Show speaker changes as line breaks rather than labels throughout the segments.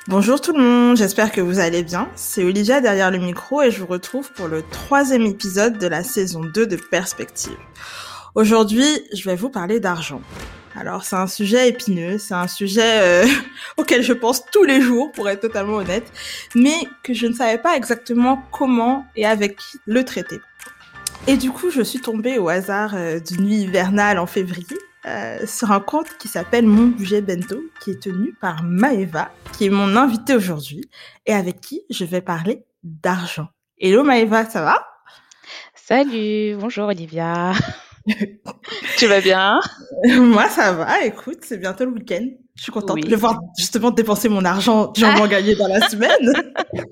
Bonjour tout le monde, j'espère que vous allez bien. C'est Olivia derrière le micro et je vous retrouve pour le 3e épisode de la saison 2 de Perspective. Aujourd'hui, je vais vous parler d'argent. Alors c'est un sujet épineux, c'est un sujet auquel je pense tous les jours pour être totalement honnête, mais que je ne savais pas exactement comment et avec qui le traiter. Et du coup, je suis tombée au hasard d'une nuit hivernale en février sur un compte qui s'appelle Mon Budget Bento, qui est tenu par Maëva, qui est mon invitée aujourd'hui, et avec qui je vais parler d'argent. Hello Maëva, ça va?
Salut, bonjour Olivia. Tu vas bien?
Moi, ça va, écoute, c'est bientôt le week-end. Je suis contente. Je vais
Oui.
pouvoir justement dépenser mon argent
Ah,
durement gagné dans la semaine.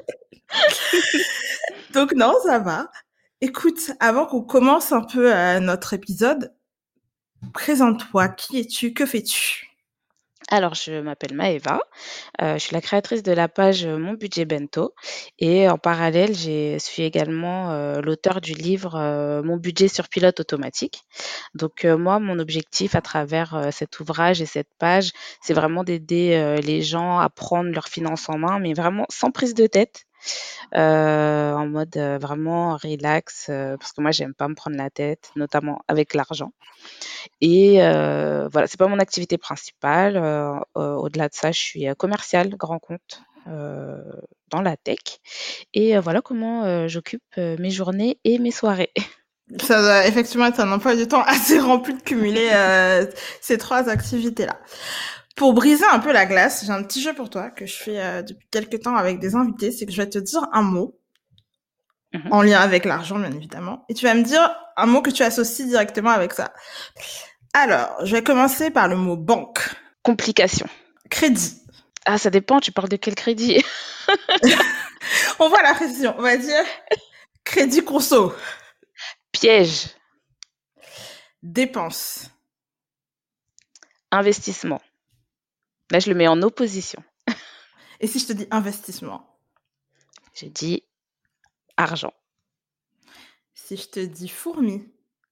Donc non, ça va. Écoute, avant qu'on commence un peu notre épisode, présente-toi. Qui es-tu? Que fais-tu?
alors, je m'appelle Maëva, je suis la créatrice de la page Mon Budget Bento et en parallèle, je suis également l'auteur du livre Mon budget sur pilote automatique. Donc, moi, mon objectif à travers cet ouvrage et cette page, c'est vraiment d'aider les gens à prendre leurs finances en main, mais vraiment sans prise de tête. En mode vraiment relax, parce que moi, j'aime pas me prendre la tête, notamment avec l'argent. Et voilà, c'est pas mon activité principale. Au-delà de ça, je suis commerciale grand compte dans la tech. Et voilà comment j'occupe mes journées et mes soirées.
Ça doit effectivement être un emploi du temps assez rempli de cumuler ces trois activités-là. Pour briser un peu la glace, j'ai un petit jeu pour toi que je fais depuis quelques temps avec des invités. C'est que je vais te dire un mot
Mhm.
en lien avec l'argent, bien évidemment, et tu vas me dire un mot que tu associes directement avec ça. Alors, je vais commencer par le mot banque,
Complication.
crédit.
Ah, ça dépend, tu parles de quel crédit?
On voit la précision. On va dire crédit conso,
Piège.
dépense,
Investissement. Là, je le mets en opposition.
et si je te dis investissement,
J'ai dit argent.
si je te dis fourmi,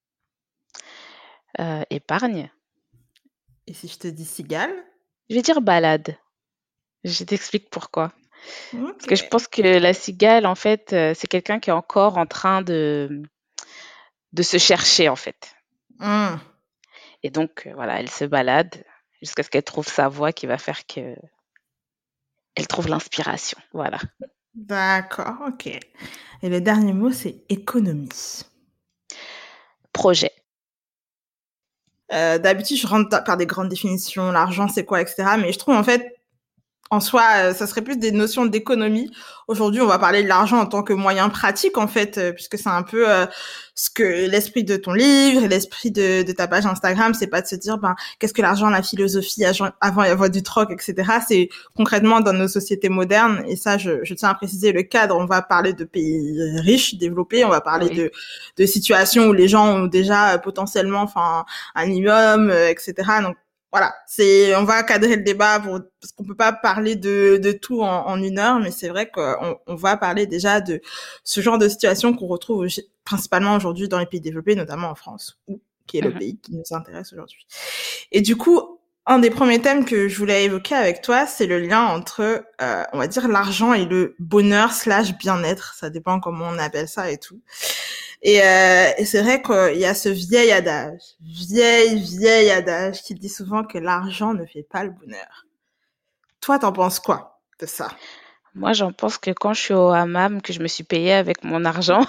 Épargne.
et si je te dis cigale,
Je vais dire balade. Je t'explique pourquoi. Parce
ok.
que je pense que la cigale, en fait, c'est quelqu'un qui est encore en train de se chercher, en fait.
Hmm.
Et donc, voilà, elle se balade jusqu'à ce qu'elle trouve sa voie qui va faire qu'elle trouve l'inspiration. Voilà.
D'accord, ok. Et le dernier mot, c'est économie.
Projet.
D'habitude, je rentre par des grandes définitions, l'argent, c'est quoi, etc. Mais je trouve, en fait, en soi, ça serait plus des notions d'économie. Aujourd'hui, on va parler de l'argent en tant que moyen pratique, en fait, puisque c'est un peu ce que l'esprit de ton livre et l'esprit de ta page Instagram, c'est pas de se dire, ben, qu'est-ce que l'argent, la philosophie, avant il y avoir du troc, etc. C'est concrètement dans nos sociétés modernes, et ça, je tiens à préciser le cadre. On va parler de pays riches, développés, on va parler
Oui.
de situations où les gens ont déjà potentiellement, enfin, un minimum, etc. Donc, voilà, on va cadrer le débat parce qu'on peut pas parler de tout en une heure, mais c'est vrai qu'on va parler déjà de ce genre de situation qu'on retrouve principalement aujourd'hui dans les pays développés, notamment en France, qui est le
Mhm.
pays qui nous intéresse aujourd'hui. Et du coup, un des premiers thèmes que je voulais évoquer avec toi, c'est le lien entre, on va dire, l'argent et le bonheur slash bien-être. Ça dépend comment on appelle ça et tout. Et c'est vrai qu'il y a ce vieil adage qui dit souvent que l'argent ne fait pas le bonheur. Toi, t'en penses quoi de ça?
Moi, j'en pense que quand je suis au hammam, que je me suis payée avec mon argent,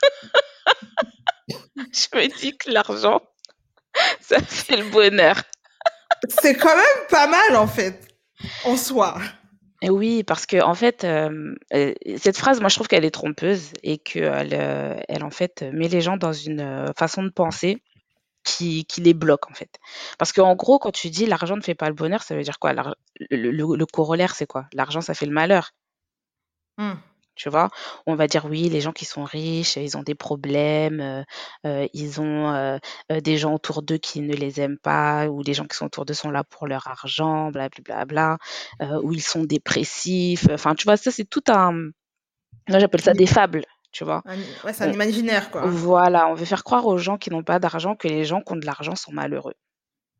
je me dis que l'argent, ça fait le bonheur.
C'est quand même pas mal, en fait, en soi.
Et oui, parce que en fait, cette phrase, moi, je trouve qu'elle est trompeuse et qu'elle, elle, en fait, met les gens dans une façon de penser qui les bloque, en fait. Parce qu'en gros, quand tu dis l'argent ne fait pas le bonheur, ça veut dire quoi? Le corollaire, c'est quoi? L'argent, ça fait le malheur,
Hmm.
tu vois? On va dire oui, les gens qui sont riches, ils ont des problèmes, ils ont des gens autour d'eux qui ne les aiment pas, ou les gens qui sont autour d'eux sont là pour leur argent, blablabla, ou ils sont dépressifs. Enfin, tu vois, ça, c'est tout un. Moi, j'appelle ça des fables, tu vois?
Ouais, c'est un
On,
imaginaire, quoi.
voilà, on veut faire croire aux gens qui n'ont pas d'argent que les gens qui ont de l'argent sont malheureux.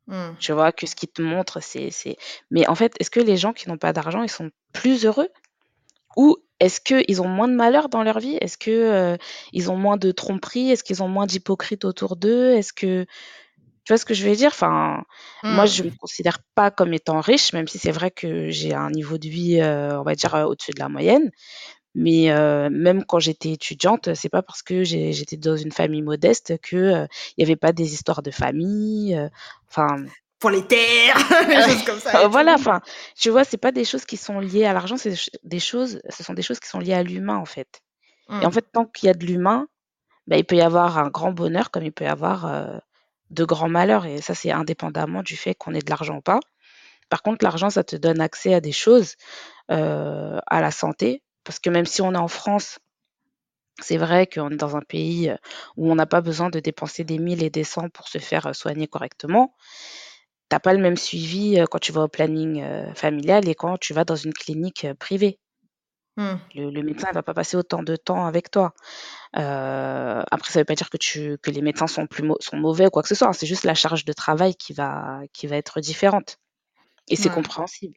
Hmm.
Tu vois, que ce qu'ils te montrent, Mais en fait, est-ce que les gens qui n'ont pas d'argent, ils sont plus heureux? Ou est-ce qu'ils ont moins de malheur dans leur vie? Est-ce que ils ont moins de tromperies? Est-ce qu'ils ont moins d'hypocrites autour d'eux? Est-ce que tu vois ce que je veux dire? Enfin, moi, je me
Hmm.
considère pas comme étant riche, même si c'est vrai que j'ai un niveau de vie, on va dire, au-dessus de la moyenne. Mais même quand j'étais étudiante, c'est pas parce que j'étais dans une famille modeste que il y avait pas des histoires de famille. Enfin,
Pour les terres, les choses comme ça et
voilà.
tout.
Enfin, tu vois, c'est pas des choses qui sont liées à l'argent, c'est des choses, ce sont des choses qui sont liées à l'humain en fait. Et en
Hmm.
fait, tant qu'il y a de l'humain, bah, il peut y avoir un grand bonheur comme il peut y avoir de grands malheurs. Et ça, c'est indépendamment du fait qu'on ait de l'argent ou pas. Par contre, l'argent, ça te donne accès à des choses, à la santé. Parce que même si on est en France, c'est vrai qu'on est dans un pays où on n'a pas besoin de dépenser des 1000 et des cents pour se faire soigner correctement. T'as pas le même suivi quand tu vas au planning familial et quand tu vas dans une clinique privée.
Hmm.
Le médecin ne va pas passer autant de temps avec toi. Après, ça veut pas dire que les médecins sont mauvais ou quoi que ce soit, hein. C'est juste la charge de travail qui va être différente. Et c'est
Ouais.
compréhensible.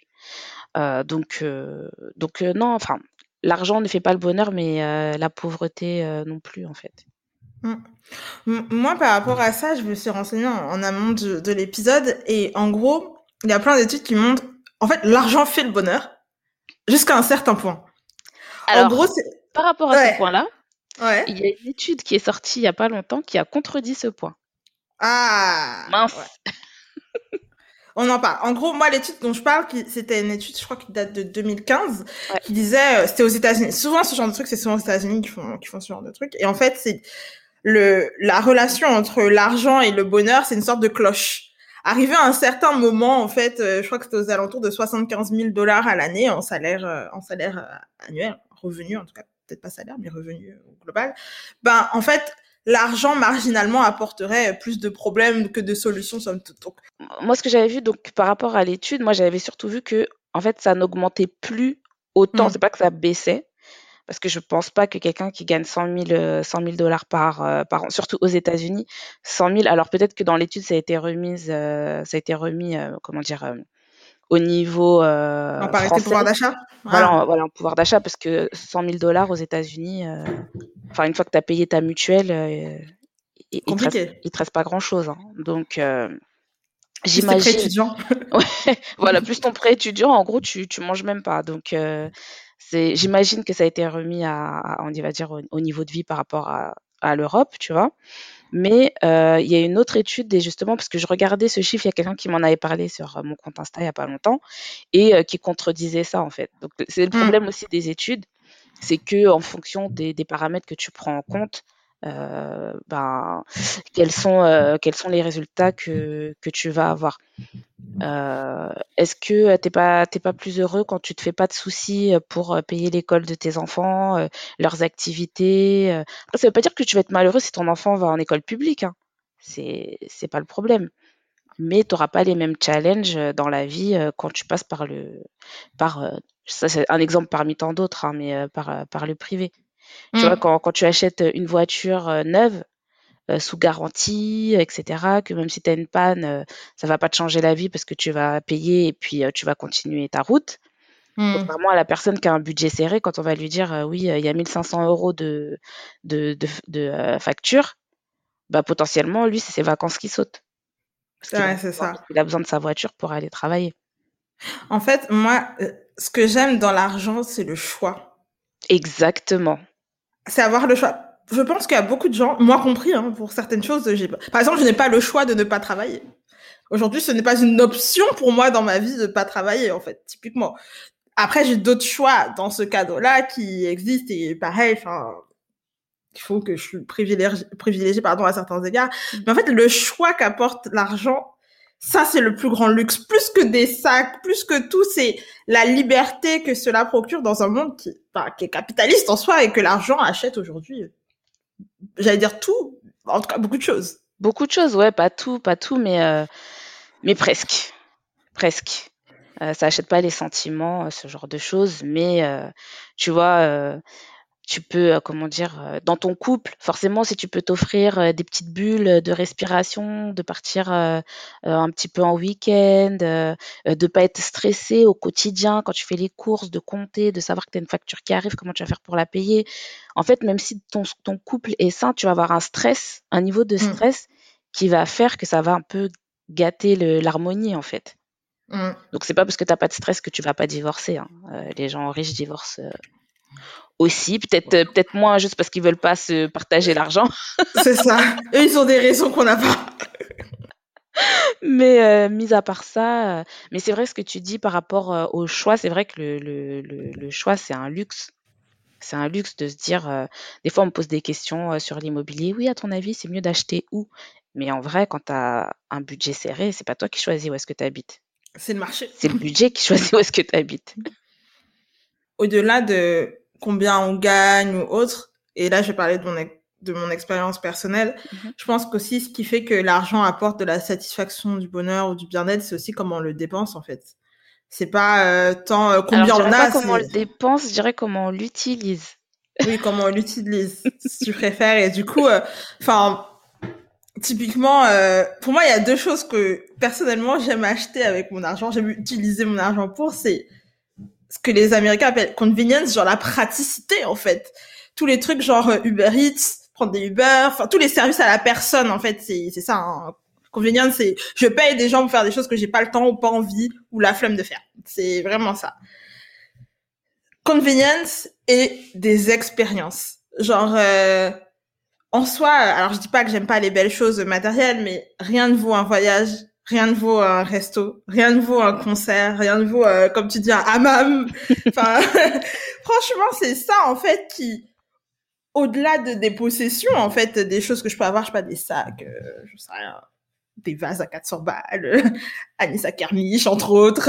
Donc non, enfin, l'argent ne fait pas le bonheur, mais la pauvreté non plus, en fait.
Hmm. Moi, par rapport à ça, je me suis renseignée en amont de l'épisode et en gros, il y a plein d'études qui montrent, en fait, l'argent fait le bonheur jusqu'à un certain point. En gros,
Alors,
c'est...
par rapport à ce
Ouais,
point-là,
ouais.
il y a une étude qui est sortie il y a pas longtemps qui a contredit ce point.
Ah, ouais.
Mince.
On en parle. En gros, moi, l'étude dont je parle, c'était une étude, je crois, qui date de 2015,
Ouais.
qui disait, c'était aux États-Unis. Souvent, ce genre de trucs, c'est souvent aux États-Unis qui font ce genre de trucs. Et en fait, c'est la relation entre l'argent et le bonheur, c'est une sorte de cloche. Arrivé à un certain moment, en fait, je crois que c'était aux alentours de 75 000 dollars à l'année en salaire annuel, revenu en tout cas, peut-être pas salaire, mais revenu au global. Ben, en fait, l'argent marginalement apporterait plus de problèmes que de solutions, somme toute. Donc,
Moi, ce que j'avais vu, donc par rapport à l'étude, moi, j'avais surtout vu que, en fait, ça n'augmentait plus autant. C'est
hmm,
pas que ça baissait, parce que je pense pas que quelqu'un qui gagne 100 000 dollars par an, surtout aux États-Unis, 100 000. Alors peut-être que dans l'étude, ça a été remis, comment dire, au niveau
en parité
français.
pouvoir d'achat.
Voilà,
Ah,
voilà, en pouvoir d'achat, parce que 100 000 dollars aux États-Unis, enfin, une fois que tu as payé ta mutuelle,
compliqué.
il te reste pas grand-chose, hein. Donc,
Plus t'es prêt
j'imagine,
étudiant.
ouais, voilà, plus ton prêt étudiant, en gros, tu manges même pas. Donc, j'imagine que ça a été remis on va dire, au niveau de vie par rapport à l'Europe, tu vois. Mais il y a une autre étude, et justement, parce que je regardais ce chiffre, il y a quelqu'un qui m'en avait parlé sur mon compte Insta il y a pas longtemps, et qui contredisait ça, en fait. Donc, c'est le problème
Hmm.
aussi des études, c'est que en fonction des paramètres que tu prends en compte, ben, quels sont les résultats que tu vas avoir. Est-ce que t'es pas plus heureux quand tu te fais pas de soucis pour payer l'école de tes enfants, leurs activités? Après, ça veut pas dire que tu vas être malheureux si ton enfant va en école publique, hein. C'est pas le problème. Mais tu auras pas les mêmes challenges dans la vie quand tu passes par ça c'est un exemple parmi tant d'autres, hein, mais par le privé. Tu vois,
Hmm.
quand tu achètes une voiture neuve, sous garantie, et cetera, que même si tu as une panne, ça va pas te changer la vie parce que tu vas payer et puis, tu vas continuer ta route.
Hmm.
Contrairement à la personne qui a un budget serré, quand on va lui dire, «Oui, il y a 1 500 € de facture», bah, potentiellement, lui, c'est ses vacances qui sautent.
Ouais, c'est ça.
Parce qu'il a besoin de sa voiture pour aller travailler.
En fait, moi, ce que j'aime dans l'argent, c'est le choix.
Exactement.
C'est avoir le choix. Je pense qu'il y a beaucoup de gens, moi compris, hein, pour certaines choses, par exemple, je n'ai pas le choix de ne pas travailler. Aujourd'hui, ce n'est pas une option pour moi dans ma vie de ne pas travailler, en fait, typiquement. Après, j'ai d'autres choix dans ce cadre-là qui existent et pareil, enfin, il faut que je suis privilégiée, pardon, à certains égards.
Mmh.
Mais en fait, le choix qu'apporte l'argent, ça, c'est le plus grand luxe. Plus que des sacs, plus que tout, c'est la liberté que cela procure dans un monde qui est capitaliste en soi et que l'argent achète aujourd'hui. J'allais dire tout, en tout cas, beaucoup de choses.
Beaucoup de choses, ouais, pas tout, mais presque, presque. Ça achète pas les sentiments, ce genre de choses, mais tu vois, tu peux, comment dire, dans ton couple, forcément, si tu peux t'offrir des petites bulles de respiration, de partir un petit peu en week-end, de pas être stressé au quotidien quand tu fais les courses, de compter, de savoir que tu as une facture qui arrive, comment tu vas faire pour la payer. En fait, même si ton couple est sain, tu vas avoir un niveau de
Mm.
stress qui va faire que ça va un peu gâter l'harmonie, en fait.
Mm.
Donc, c'est pas parce que t'as pas de stress que tu vas pas divorcer, hein. Les gens riches divorcent aussi, peut-être moins juste parce qu'ils veulent pas se partager l'argent.
C'est ça. Eux, ils ont des raisons qu'on n'a pas.
Mais mis à part ça, mais c'est vrai ce que tu dis par rapport au choix, c'est vrai que le choix, c'est un luxe. C'est un luxe de se dire, des fois on me pose des questions sur l'immobilier. Oui, à ton avis, c'est mieux d'acheter où? Mais en vrai, quand tu as un budget serré, c'est pas toi qui choisis où est-ce que tu habites.
C'est le marché.
C'est le budget qui choisit où est-ce que tu habites.
Au-delà de combien on gagne ou autre, et là je vais parler de mon expérience personnelle,
Mhm.
je pense qu'aussi ce qui fait que l'argent apporte de la satisfaction, du bonheur ou du bien-être, c'est aussi comment on le dépense en fait. C'est pas tant
Alors, je
combien on
dirais pas
a,
comment on
c'est
le dépense, je dirais comment on l'utilise.
oui comment on l'utilise, si tu préfères. Et du coup, enfin typiquement, pour moi il y a deux choses que personnellement j'aime acheter avec mon argent, j'aime utiliser mon argent pour, c'est ce que les Américains appellent convenience, genre la praticité en fait. Tous les trucs genre Uber Eats, prendre des Uber, enfin tous les services à la personne en fait, c'est ça. Hein. Convenience, c'est je paye des gens pour faire des choses que j'ai pas le temps ou pas envie ou la flemme de faire. C'est vraiment ça. Convenience et des expériences. Genre en soi, alors je dis pas que j'aime pas les belles choses matérielles, mais rien ne vaut un voyage, rien ne vaut un resto, rien ne vaut un concert, rien ne vaut, comme tu dis, un hammam. Enfin, franchement, c'est ça en fait qui, au-delà des possessions, en fait, des choses que je peux avoir, je sais pas, des sacs, je sais rien, des vases à 400 balles, Anissa Kermiche, entre autres.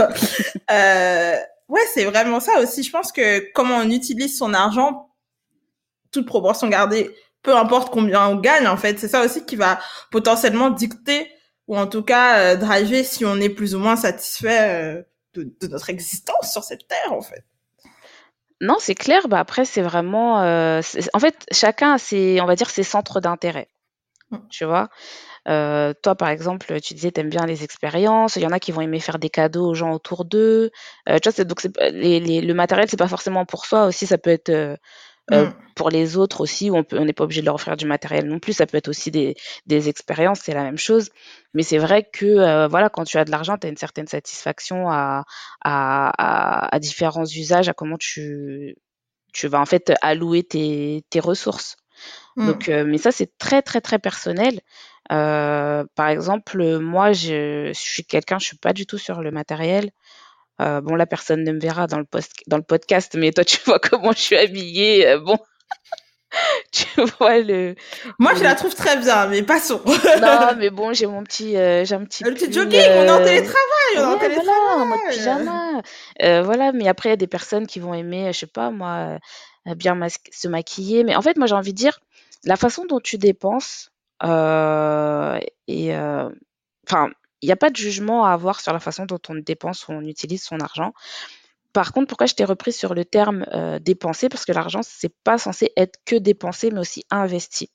Ouais, c'est vraiment ça aussi. Je pense que comment on utilise son argent, toute proportion gardée, peu importe combien on gagne, en fait, c'est ça aussi qui va potentiellement dicter ou en tout cas driver si on est plus ou moins satisfait de notre existence sur cette terre, en fait.
Non, c'est clair. Bah après, c'est vraiment, en fait, chacun a on va dire, ses centres d'intérêt. Tu vois? Toi, par exemple, tu disais, t'aimes bien les expériences. Il y en a qui vont aimer faire des cadeaux aux gens autour d'eux. Tu vois, donc le matériel, c'est pas forcément pour soi aussi. Ça peut être pour les autres aussi. Où on n'est pas obligé de leur offrir du matériel non plus. Ça peut être aussi des expériences. C'est la même chose. Mais c'est vrai que voilà, quand tu as de l'argent, tu as une certaine satisfaction à différents usages, à comment tu vas en fait allouer tes ressources. Donc, mais ça, c'est très, très, très personnel. Par exemple, moi, je suis quelqu'un, je suis pas du tout sur le matériel. Bon, là, personne ne me verra dans le podcast, mais toi, tu vois comment je suis habillée. Bon, tu vois
Moi, je
le-
la trouve très bien, mais passons.
Non, mais bon, j'ai un petit
Le petit
pull.
jogging, on est en télétravail, on est en
Ouais, voilà, en mode
télétravail.
pyjama. Voilà, mais après, il y a des personnes qui vont aimer, je sais pas moi, bien se maquiller. Mais en fait, moi, j'ai envie de dire, la façon dont tu dépenses, et enfin, il n'y a pas de jugement à avoir sur la façon dont on dépense ou on utilise son argent. Par contre, pourquoi je t'ai repris sur le terme dépenser? Parce que l'argent, c'est pas censé être que dépensé, mais aussi investi.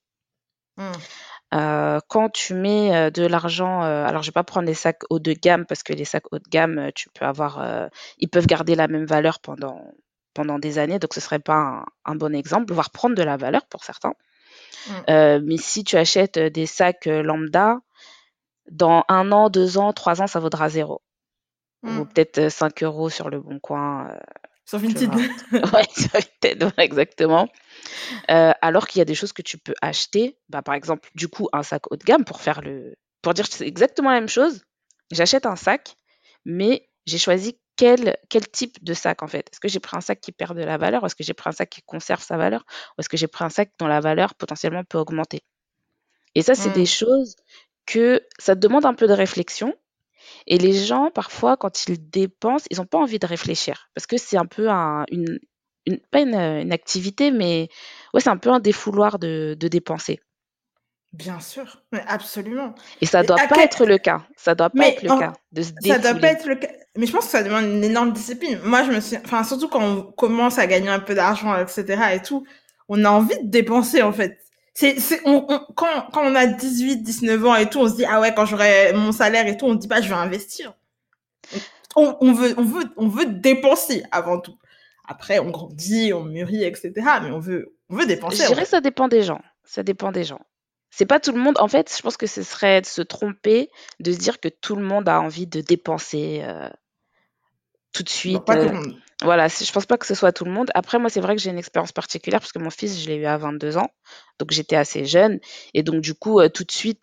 Quand tu mets de l'argent, alors je vais pas prendre les sacs haut de gamme parce que les sacs haut de gamme, tu peux avoir, ils peuvent garder la même valeur pendant des années, donc ce serait pas un bon exemple, voire prendre de la valeur pour certains. Mais si tu achètes des sacs lambda, dans 1 an, 2 ans, 3 ans, ça vaudra zéro. Ou peut-être 5 euros sur le bon coin,
Sur
tu
Vinted.
vois. Ouais, ça peut-être, ouais, exactement. Alors qu'il y a des choses que tu peux acheter, bah, par exemple, du coup, un sac haut de gamme pour dire que c'est exactement la même chose. J'achète un sac, mais j'ai choisi quel type de sac en fait. Est-ce que j'ai pris un sac qui perd de la valeur? Est-ce que j'ai pris un sac qui conserve sa valeur? Ou est-ce que j'ai pris un sac dont la valeur potentiellement peut augmenter? Et ça, c'est des choses que ça te demande un peu de réflexion. Et les gens, parfois, quand ils dépensent, ils n'ont pas envie de réfléchir. Parce que c'est un peu pas une activité, mais ouais, c'est un peu un défouloir de dépenser.
Bien sûr, mais absolument.
Et ça
Et
doit pas être le cas. Ça doit pas être
Mais
le cas de se
ça doit pas
défouler.
être le cas. Mais je pense que ça demande une énorme discipline. Moi, enfin, surtout quand on commence à gagner un peu d'argent, etc. et tout, on a envie de dépenser, en fait. Quand on a 18, 19 ans et tout, on se dit, ah ouais, quand j'aurai mon salaire et tout, on se dit pas, je vais investir. On veut dépenser avant tout. Après, on grandit, on mûrit, etc. Mais on veut
Je
dépenser, en
dirais que
fait.
ça dépend des gens. Ça dépend des gens. C'est pas tout le monde. En fait, je pense que ce serait de se tromper de se dire que tout le monde a envie de dépenser tout de
Bon,
suite.
pas tout le monde.
Voilà, je pense pas que ce soit tout le monde. Après, moi, c'est vrai que j'ai une expérience particulière parce que mon fils, je l'ai eu à 22 ans, donc j'étais assez jeune. Et donc, du coup, tout de suite,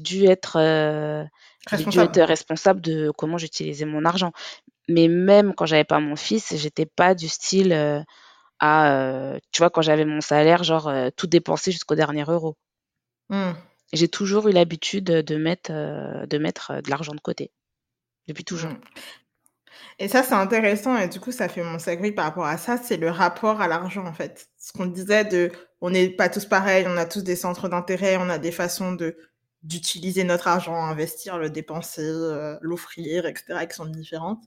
j'ai dû être
Responsable.
responsable de comment j'utilisais mon argent. Mais même quand j'avais pas mon fils, j'étais pas du style tu vois, quand j'avais mon salaire, genre tout dépenser jusqu'au dernier euro.
Hmm.
J'ai toujours eu l'habitude de mettre de l'argent de côté, depuis toujours.
Hmm. Et ça, c'est intéressant. Et du coup, ça fait mon segway par rapport à ça. C'est le rapport à l'argent, en fait. Ce qu'on disait on n'est pas tous pareils, on a tous des centres d'intérêt, on a des façons d'utiliser notre argent, investir, le dépenser, l'offrir, etc., qui sont différentes.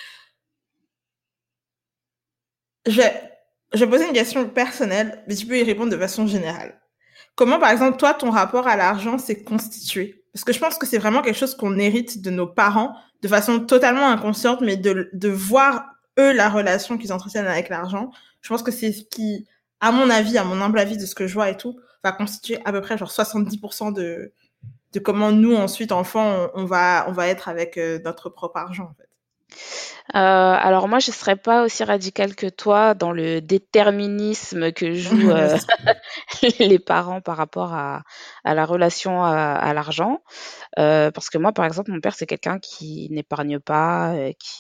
Je vais poser une question personnelle, mais tu peux y répondre de façon générale. Comment, par exemple, toi, ton rapport à l'argent s'est constitué? Parce que je pense que c'est vraiment quelque chose qu'on hérite de nos parents de façon totalement inconsciente, mais de voir, eux, la relation qu'ils entretiennent avec l'argent. Je pense que c'est ce qui, à mon avis, à mon humble avis de ce que je vois et tout, va constituer à peu près genre 70% de comment nous, ensuite, enfants, on va être avec notre propre argent, en fait.
Alors moi, je serais pas aussi radicale que toi dans le déterminisme que jouent les parents par rapport à la relation à l'argent. Parce que moi, par exemple, mon père, c'est quelqu'un qui n'épargne pas,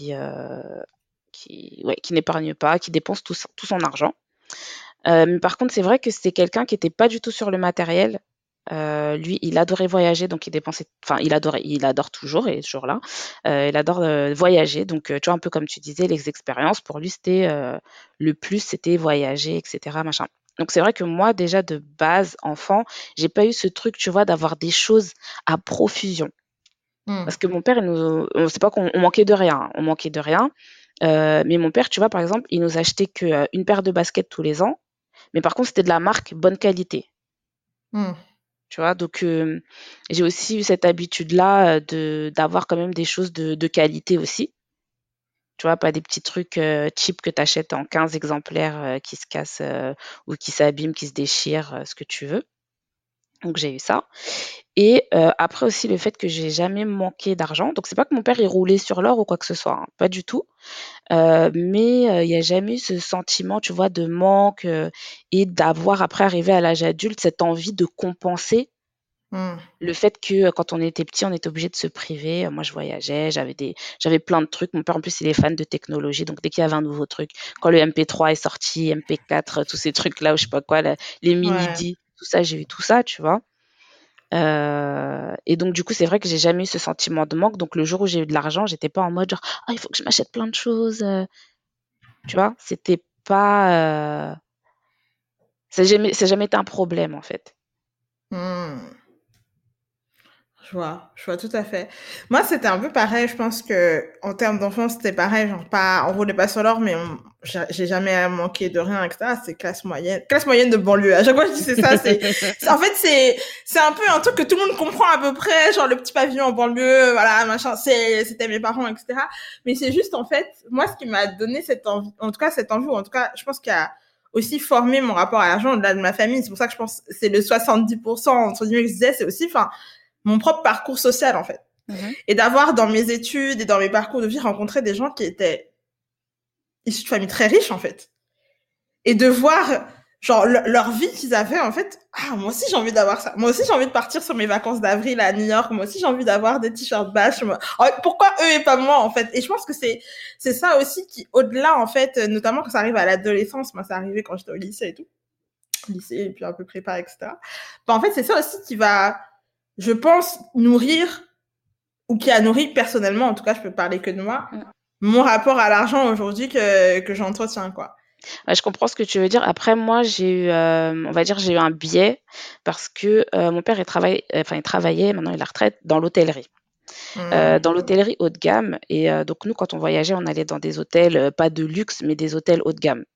qui n'épargne pas, qui dépense tout son argent. Mais par contre, c'est vrai que c'est quelqu'un qui était pas du tout sur le matériel. Lui, il adorait voyager, donc il adore toujours et est toujours là. Il adore voyager, donc tu vois, un peu comme tu disais, les expériences, pour lui, c'était le plus, c'était voyager, etc., machin. Donc c'est vrai que moi, déjà de base, enfant, j'ai pas eu ce truc, tu vois, d'avoir des choses à profusion.
Hmm.
Parce que mon père, c'est pas qu'on on manquait de rien, hein, on manquait de rien. Mais mon père, tu vois, par exemple, il nous achetait que une paire de baskets tous les ans, mais par contre, c'était de la marque bonne qualité.
Hmm.
Tu vois, donc j'ai aussi eu cette habitude-là d'avoir quand même des choses de qualité aussi. Tu vois, pas des petits trucs cheap que tu achètes en 15 exemplaires qui se cassent ou qui s'abîment, qui se déchirent, ce que tu veux. Donc j'ai eu ça. Et après aussi le fait que j'ai jamais manqué d'argent. Donc c'est pas que mon père il roulait sur l'or ou quoi que ce soit, hein, pas du tout. Mais il y a jamais eu ce sentiment, tu vois, de manque et d'avoir après arrivé à l'âge adulte cette envie de compenser
Hmm.
le fait que quand on était petit, on était obligé de se priver. Moi, je voyageais, j'avais plein de trucs. Mon père, en plus, il est fan de technologie, donc dès qu'il y avait un nouveau truc, quand le MP3 est sorti, MP4, tous ces trucs-là, ou je sais pas quoi, les
Ouais.
mini-D, tout ça, j'ai eu tout ça, tu vois. Et donc, du coup, c'est vrai que j'ai jamais eu ce sentiment de manque. Donc, le jour où j'ai eu de l'argent, j'étais pas en mode genre, ah, il faut que je m'achète plein de choses. Tu vois, c'était pas, ça a jamais été un problème, en fait.
Hmm. Je vois tout à fait. Moi, c'était un peu pareil. Je pense que en termes d'enfance, c'était pareil. Genre pas, on roulait pas sur l'or, mais j'ai jamais manqué de rien, etc. C'est classe moyenne de banlieue. À chaque fois que je dis c'est ça, en fait, c'est un peu un truc que tout le monde comprend à peu près. Genre le petit pavillon en banlieue, voilà, machin. C'était mes parents, etc. Mais c'est juste en fait, moi, ce qui m'a donné cette envie, en tout cas cette envie, ou en tout cas, je pense qu'il y a aussi formé mon rapport à l'argent au-delà de ma famille. C'est pour ça que je pense que c'est le 70% entre guillemets que je disais, c'est aussi, enfin mon propre parcours social, en fait.
Mhm.
Et d'avoir dans mes études et dans mes parcours de vie rencontré des gens qui étaient issus de familles très riches, en fait. Et de voir, genre, leur vie qu'ils avaient, en fait. Ah, moi aussi, j'ai envie d'avoir ça. Moi aussi, j'ai envie de partir sur mes vacances d'avril à New York. Moi aussi, j'ai envie d'avoir des t-shirts Bash. Pourquoi eux et pas moi, en fait? Et je pense que c'est ça aussi qui, au-delà, en fait, notamment quand ça arrive à l'adolescence, moi, ça arrivait quand j'étais au lycée et tout. Lycée, et puis un peu prépa, etc. Bah, en fait, c'est ça aussi qui va, je pense, nourrir ou qui a nourri personnellement, en tout cas, je peux parler que de moi, mon rapport à l'argent aujourd'hui que j'entretiens, quoi.
Ouais, je comprends ce que tu veux dire. Après, moi, on va dire, j'ai eu un biais parce que mon père, il travaillait, maintenant il a la retraite, dans l'hôtellerie. Dans l'hôtellerie haut de gamme. Et donc, nous, quand on voyageait, on allait dans des hôtels, pas de luxe, mais des hôtels haut de gamme.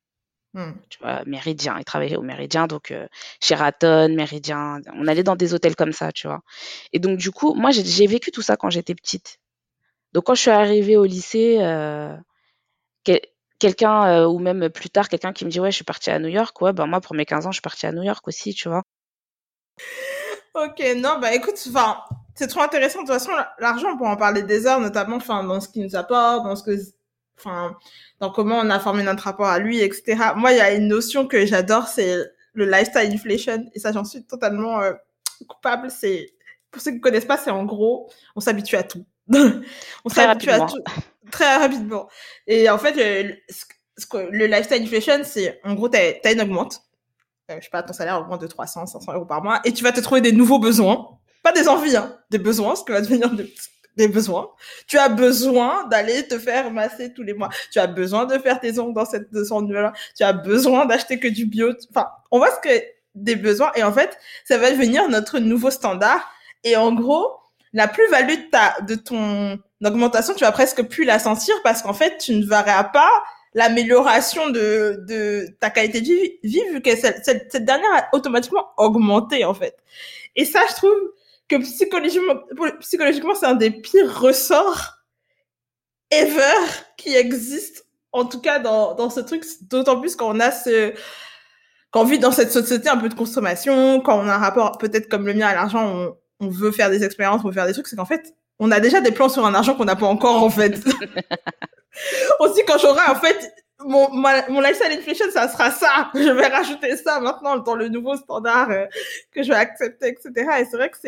Tu vois, Méridien. Il travaillait au Méridien, donc Sheraton, Méridien. On allait dans des hôtels comme ça, tu vois. Et donc, du coup, moi, j'ai vécu tout ça quand j'étais petite. Donc, quand je suis arrivée au lycée, quel- quelqu'un, ou même plus tard, quelqu'un qui me dit, ouais, je suis partie à New York. Ouais, ben moi, pour mes 15 ans, je suis partie à New York aussi, tu vois.
Ok, non, bah écoute, enfin, c'est trop intéressant. De toute façon, l'argent, on peut en parler des heures, notamment, enfin, dans ce qu'il nous apporte, dans ce que, enfin, dans comment on a formé notre rapport à lui, etc. Moi, il y a une notion que j'adore, c'est le lifestyle inflation, et ça, j'en suis totalement coupable. C'est, pour ceux qui ne connaissent pas, c'est en gros, on s'habitue à tout. On
Très
s'habitue à
rapidement.
tout très rapidement. Et en fait, le lifestyle inflation, c'est, en gros, t'as une augmente. Je sais pas, ton salaire augmente de 300, 500 euros par mois, et tu vas te trouver des nouveaux besoins. Pas des envies, hein, des besoins, ce qui va devenir des besoins. Tu as besoin d'aller te faire masser tous les mois. Tu as besoin de faire tes ongles dans ce niveau-là. Tu as besoin d'acheter que du bio. Enfin, on voit ce que des besoins, et en fait, ça va devenir notre nouveau standard. Et en gros, la plus-value de ton augmentation, tu vas presque plus la sentir parce qu'en fait, tu ne verras pas l'amélioration de ta qualité de vie vu que cette dernière a automatiquement augmenté, en fait. Et ça, je trouve que psychologiquement, c'est un des pires ressorts ever qui existe, en tout cas dans ce truc, d'autant plus quand quand on vit dans cette société un peu de consommation, quand on a un rapport peut-être comme le mien à l'argent, on veut faire des expériences, on veut faire des trucs, c'est qu'en fait, on a déjà des plans sur un argent qu'on n'a pas encore, en fait. Aussi, quand j'aurai, en fait, mon lifestyle inflation, ça sera ça. Je vais rajouter ça maintenant dans le nouveau standard que je vais accepter, etc. Et c'est vrai que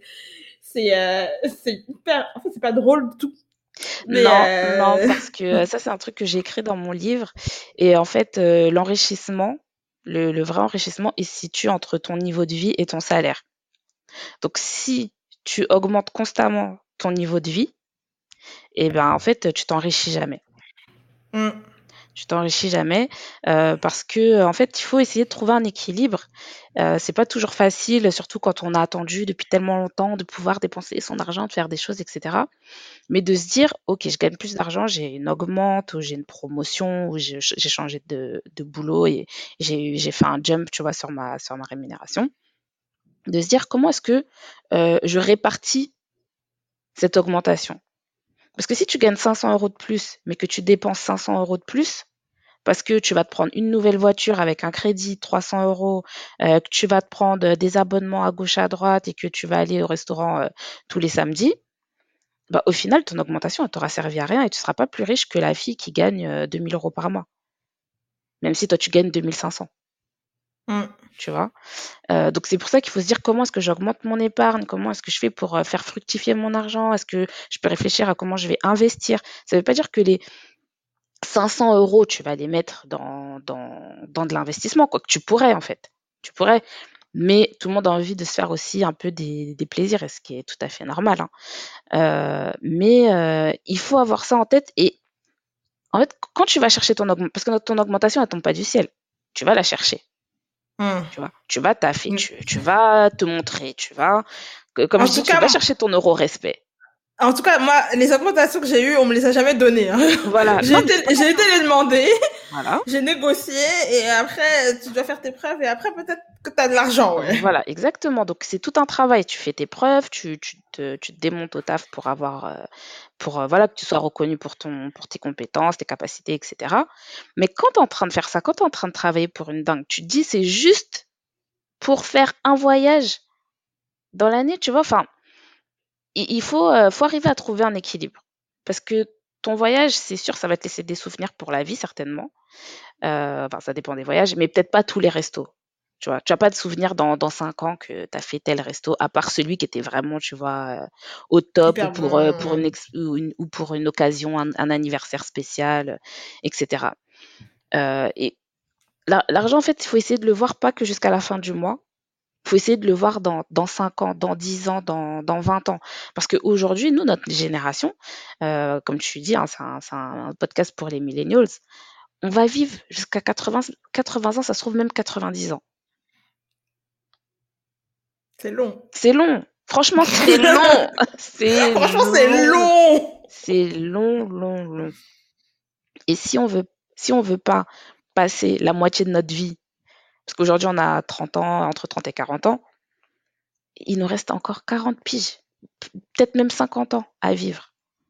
c'est hyper, en fait, c'est pas drôle du tout. Mais,
Non, non, parce que ça, c'est un truc que j'ai écrit dans mon livre. Et en fait, l'enrichissement, le vrai enrichissement, il se situe entre ton niveau de vie et ton salaire. Donc, si tu augmentes constamment ton niveau de vie, eh ben, en fait, tu t'enrichis jamais. Tu t'enrichis jamais parce que en fait, il faut essayer de trouver un équilibre. C'est pas toujours facile, surtout quand on a attendu depuis tellement longtemps de pouvoir dépenser son argent, de faire des choses, etc. Mais de se dire, ok, je gagne plus d'argent, j'ai une augmente, ou j'ai une promotion, ou j'ai changé de boulot et j'ai fait un jump, tu vois, sur ma rémunération. De se dire comment est-ce que je répartis cette augmentation. Parce que si tu gagnes 500 euros de plus, mais que tu dépenses 500 euros de plus, parce que tu vas te prendre une nouvelle voiture avec un crédit de 300 euros, que tu vas te prendre des abonnements à gauche à droite et que tu vas aller au restaurant tous les samedis, bah, au final, ton augmentation, elle t'aura servi à rien et tu ne seras pas plus riche que la fille qui gagne 2000 euros par mois, même si toi, tu gagnes 2500, tu vois. Donc, c'est pour ça qu'il faut se dire comment est-ce que j'augmente mon épargne, comment est-ce que je fais pour faire fructifier mon argent, est-ce que je peux réfléchir à comment je vais investir. Ça ne veut pas dire que les 500 euros, tu vas les mettre dans de l'investissement, quoi que tu pourrais en fait. Tu pourrais, mais tout le monde a envie de se faire aussi un peu des plaisirs, et ce qui est tout à fait normal, hein. Mais il faut avoir ça en tête. Et en fait, quand tu vas chercher ton augmentation, parce que ton augmentation, elle tombe pas du ciel, tu vas la chercher. Tu vois, tu vas taffer, tu vas te montrer, comme
en
je dis,
tout
tu vas
cas,
chercher ton euro respect.
en tout cas, moi, les augmentations que j'ai eues, on me les a jamais données. Hein.
Voilà. Non, mais c'est pas
J'ai été les demander,
voilà.
j'ai négocié, et après, tu dois faire tes preuves, et après, peut-être que tu as de l'argent, ouais.
Voilà, exactement. Donc c'est tout un travail. Tu fais tes preuves, tu te démontes au taf pour voilà, que tu sois reconnu pour tes compétences, tes capacités, etc. Mais quand tu es en train de faire ça, quand tu es en train de travailler pour une dingue, tu te dis c'est juste pour faire un voyage dans l'année, tu vois. Enfin, il faut arriver à trouver un équilibre. Parce que ton voyage, c'est sûr, ça va te laisser des souvenirs pour la vie, certainement. Enfin, ça dépend des voyages, mais peut-être pas tous les restos. Tu vois, tu as pas de souvenir dans 5 ans que tu as fait tel resto, à part celui qui était vraiment, tu vois, au top, ou
Hyper
pour
bon.
ou pour une occasion, un anniversaire spécial, etc. Et l'argent, en fait, il faut essayer de le voir pas que jusqu'à la fin du mois. Il faut essayer de le voir dans 5 ans, dans 10 ans, dans 20 ans. Parce qu'aujourd'hui, nous, notre génération, comme tu dis, hein, c'est un podcast pour les millennials, on va vivre jusqu'à 80 ans, ça se trouve même 90 ans.
C'est long.
C'est long. Franchement, c'est long. C'est
Franchement, c'est
long.
long.
C'est long, long, long. Et si on veut pas passer la moitié de notre vie, parce qu'aujourd'hui on a 30 ans, entre 30 et 40 ans, il nous reste encore 40 piges, peut-être même 50 ans à vivre.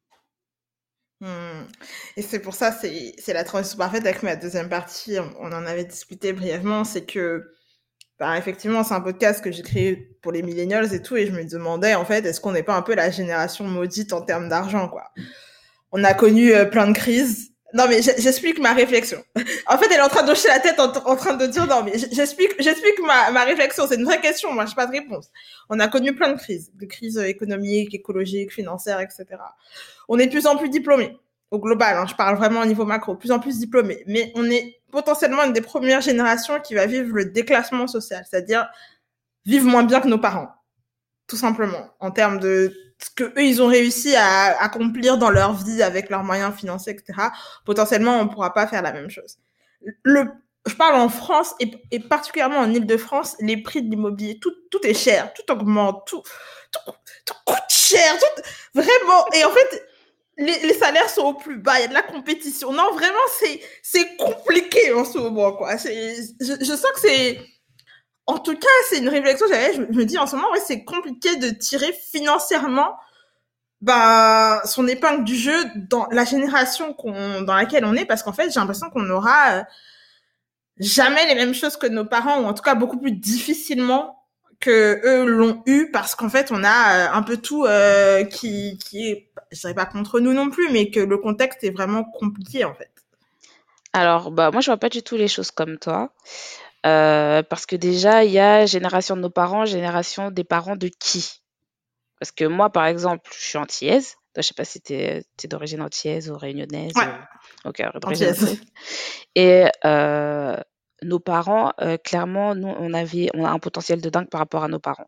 Et c'est pour ça, c'est la transition parfaite avec ma deuxième partie. On en avait discuté brièvement. C'est que, bah, effectivement, c'est un podcast que j'ai créé pour les millennials et tout. Et je me demandais, en fait, est-ce qu'on n'est pas un peu la génération maudite en termes d'argent, quoi. On a connu plein de crises. Non, mais j'explique ma réflexion. En fait, elle est en train de hocher la tête en train de dire non, mais j'explique ma réflexion. C'est une vraie question. Moi, j'ai pas de réponse. On a connu plein de crises. Des crises économiques, écologiques, financières, etc. On est de plus en plus diplômés. Au global, hein, je parle vraiment au niveau macro, de plus en plus diplômés. Mais on est potentiellement une des premières générations qui va vivre le déclassement social. C'est-à-dire vivre moins bien que nos parents. Tout simplement. En termes de ce que eux ils ont réussi à accomplir dans leur vie avec leurs moyens financiers, etc. Potentiellement, on pourra pas faire la même chose. Je parle en France et particulièrement en Île-de-France, les prix de l'immobilier, tout est cher, tout augmente, tout coûte cher, vraiment. Et en fait, les salaires sont au plus bas, il y a de la compétition. Non, vraiment, c'est compliqué en ce moment, quoi. Je sens que c'est, en tout cas, c'est une réflexion que j'avais. Je me dis en ce moment, ouais, c'est compliqué de tirer financièrement, son épingle du jeu dans la génération dans laquelle on est, parce qu'en fait, j'ai l'impression qu'on aura jamais les mêmes choses que nos parents, ou en tout cas beaucoup plus difficilement que eux l'ont eu, parce qu'en fait, on a un peu tout qui est, je dirais pas contre nous non plus, mais que le contexte est vraiment compliqué en fait.
Alors, moi, je vois pas du tout les choses comme toi. Parce que déjà, il y a génération de nos parents, génération des parents de qui? Parce que moi, par exemple, je suis antillaise. Toi, je sais pas si t'es d'origine antillaise ou réunionnaise.
Ouais.
Ok, d'origine antillaise. Et nos parents, clairement, nous, on a un potentiel de dingue par rapport à nos parents.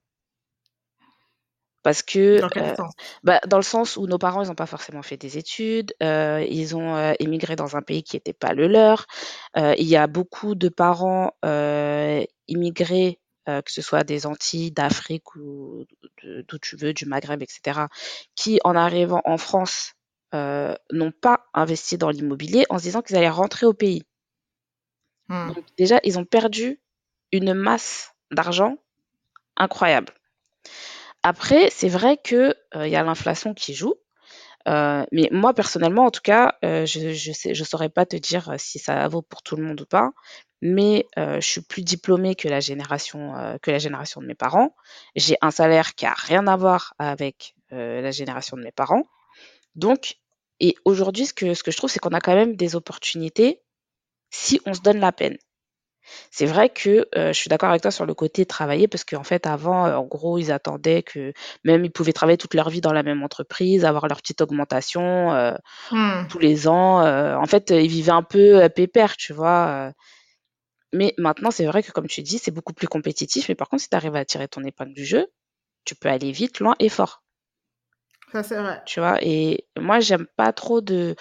Parce que,
Dans quel sens?
dans le sens où nos parents, ils n'ont pas forcément fait des études, ils ont émigré dans un pays qui n'était pas le leur. Il y a beaucoup de parents immigrés, que ce soit des Antilles, d'Afrique ou d'où tu veux, du Maghreb, etc., qui, en arrivant en France, n'ont pas investi dans l'immobilier en se disant qu'ils allaient rentrer au pays. Donc déjà, ils ont perdu une masse d'argent incroyable. Après, c'est vrai que y a l'inflation qui joue, mais moi personnellement, en tout cas, je saurais pas te dire si ça vaut pour tout le monde ou pas, mais je suis plus diplômée que la génération de mes parents. J'ai un salaire qui a rien à voir avec la génération de mes parents. Donc, et aujourd'hui, ce que je trouve, c'est qu'on a quand même des opportunités si on se donne la peine. C'est vrai que je suis d'accord avec toi sur le côté travailler parce qu'en fait avant, en gros, ils attendaient que même ils pouvaient travailler toute leur vie dans la même entreprise, avoir leur petite augmentation tous les ans. En fait, ils vivaient un peu pépère, tu vois. Mais maintenant, c'est vrai que comme tu dis, c'est beaucoup plus compétitif. Mais par contre, si tu arrives à tirer ton épingle du jeu, tu peux aller vite, loin et fort.
Ça, c'est vrai.
Tu vois. Et moi, j'aime pas trop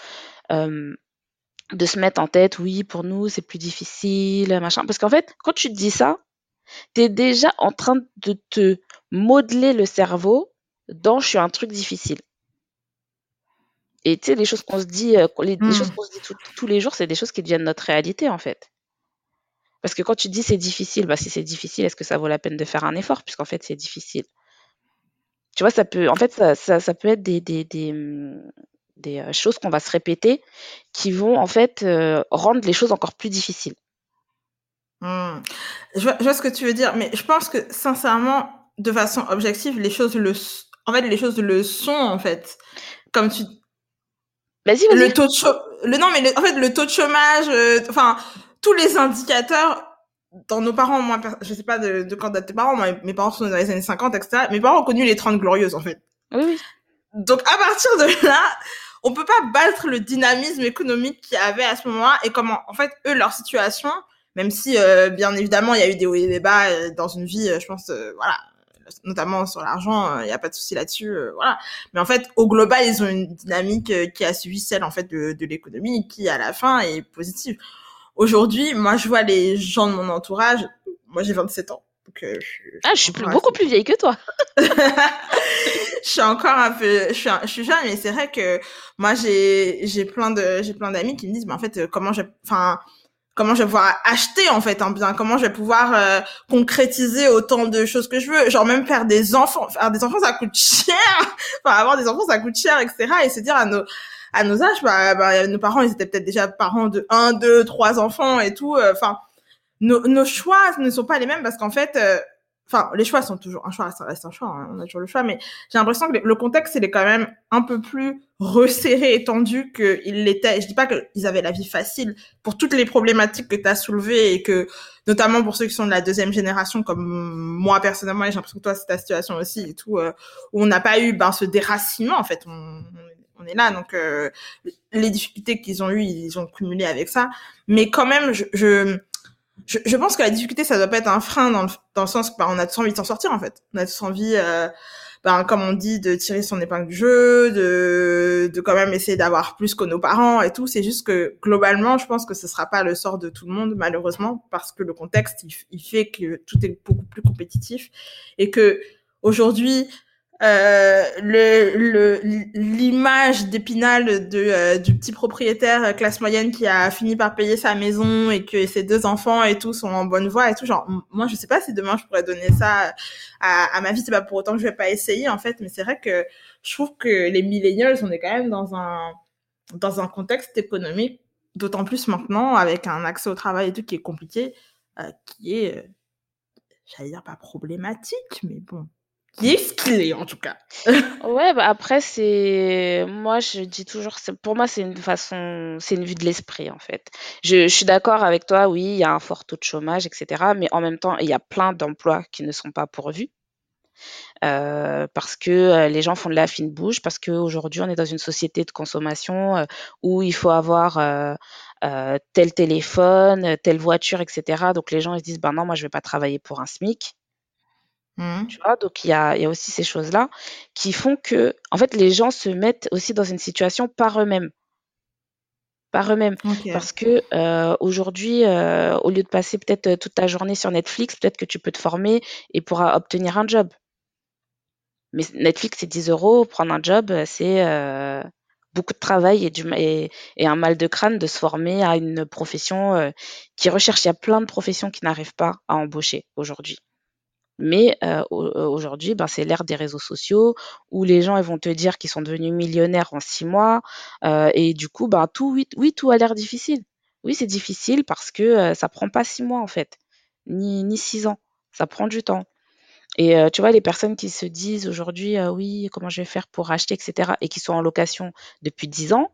de se mettre en tête, oui, pour nous, c'est plus difficile, machin. Parce qu'en fait, quand tu te dis ça, tu es déjà en train de te modeler le cerveau dans je suis un truc difficile. Et tu sais, les choses qu'on se dit, les choses qu'on se dit tous les jours, c'est des choses qui deviennent notre réalité, en fait. Parce que quand tu dis c'est difficile, si c'est difficile, est-ce que ça vaut la peine de faire un effort? Puisqu'en fait, c'est difficile. Tu vois, ça peut être des choses qu'on va se répéter qui vont, en fait, rendre les choses encore plus difficiles.
Je vois ce que tu veux dire, mais je pense que sincèrement, de façon objective, les choses le sont en fait. Comme tu.
Vas-y.
Le taux de le taux de chômage, enfin tous les indicateurs dans nos parents, moi je sais pas de quand datent tes parents, moi, mes parents sont dans les années 50, etc. Mes parents ont connu les 30 glorieuses en fait.
Oui.
Donc à partir de là, on peut pas battre le dynamisme économique qu'il y avait à ce moment-là et comment en fait eux leur situation, même si bien évidemment il y a eu des hauts et des bas dans une vie, je pense voilà, notamment sur l'argent, il y a pas de souci là-dessus, voilà. Mais en fait au global ils ont une dynamique qui a suivi celle en fait de l'économie qui à la fin est positive. Aujourd'hui, moi je vois les gens de mon entourage, moi j'ai 27 ans. Donc,
je suis beaucoup plus vieille que toi.
Je suis encore un peu, je suis jeune, mais c'est vrai que moi j'ai plein d'amis qui me disent, mais en fait, comment je vais pouvoir acheter en fait un bien, comment je vais pouvoir concrétiser autant de choses que je veux, genre même faire des enfants ça coûte cher, enfin avoir des enfants ça coûte cher, etc. Et se dire à nos âges, nos parents ils étaient peut-être déjà parents de 1, 2, 3 enfants et tout, enfin nos choix ne sont pas les mêmes parce qu'en fait enfin les choix sont toujours un choix, ça reste un choix, hein, on a toujours le choix, mais j'ai l'impression que le contexte il est quand même un peu plus resserré et tendu qu'il l'était. Je dis pas qu'ils avaient la vie facile pour toutes les problématiques que tu as soulevées et que notamment pour ceux qui sont de la deuxième génération comme moi personnellement, et j'ai l'impression que toi c'est ta situation aussi et tout, où on n'a pas eu ce déracinement en fait, on est là, donc les difficultés qu'ils ont eues ils ont cumulé avec ça, mais quand même je pense que la difficulté, ça doit pas être un frein dans le sens que on a tous envie de s'en sortir en fait. On a tous envie, comme on dit, de tirer son épingle du jeu, de quand même essayer d'avoir plus que nos parents et tout. C'est juste que globalement, je pense que ce sera pas le sort de tout le monde malheureusement parce que le contexte il fait que tout est beaucoup plus compétitif et que aujourd'hui l'image d'Épinal du petit propriétaire classe moyenne qui a fini par payer sa maison et que ses 2 enfants et tout sont en bonne voie et tout, genre moi je sais pas si demain je pourrais donner ça à ma vie, c'est pas pour autant que je vais pas essayer en fait, mais c'est vrai que je trouve que les millennials on est quand même dans un contexte économique, d'autant plus maintenant avec un accès au travail et tout qui est compliqué, qui est j'allais dire pas problématique, mais bon, qui est ce qu'il est en tout cas.
Ouais, bah après, moi, je dis toujours, pour moi, c'est une vue de l'esprit, en fait. Je suis d'accord avec toi, oui, il y a un fort taux de chômage, etc. Mais en même temps, il y a plein d'emplois qui ne sont pas pourvus, parce que les gens font de la fine bouche, parce qu'aujourd'hui, on est dans une société de consommation où il faut avoir tel téléphone, telle voiture, etc. Donc les gens, ils se disent, ben non, moi, je vais pas travailler pour un SMIC. Tu vois, donc il y a aussi ces choses-là qui font que, en fait, les gens se mettent aussi dans une situation par eux-mêmes,
Ok.
parce que aujourd'hui, au lieu de passer peut-être toute ta journée sur Netflix, peut-être que tu peux te former et pourras obtenir un job. Mais Netflix, c'est 10 euros, prendre un job, c'est beaucoup de travail et un mal de crâne de se former à une profession qui recherche. Il y a plein de professions qui n'arrivent pas à embaucher aujourd'hui. Mais aujourd'hui, c'est l'ère des réseaux sociaux où les gens ils vont te dire qu'ils sont devenus millionnaires en 6 mois, et du coup, tout oui, tout a l'air difficile. Oui, c'est difficile parce que ça prend pas 6 mois en fait, ni 6 ans. Ça prend du temps. Et tu vois, les personnes qui se disent aujourd'hui, «Oui, comment je vais faire pour acheter?» et cetera et qui sont en location depuis 10 ans.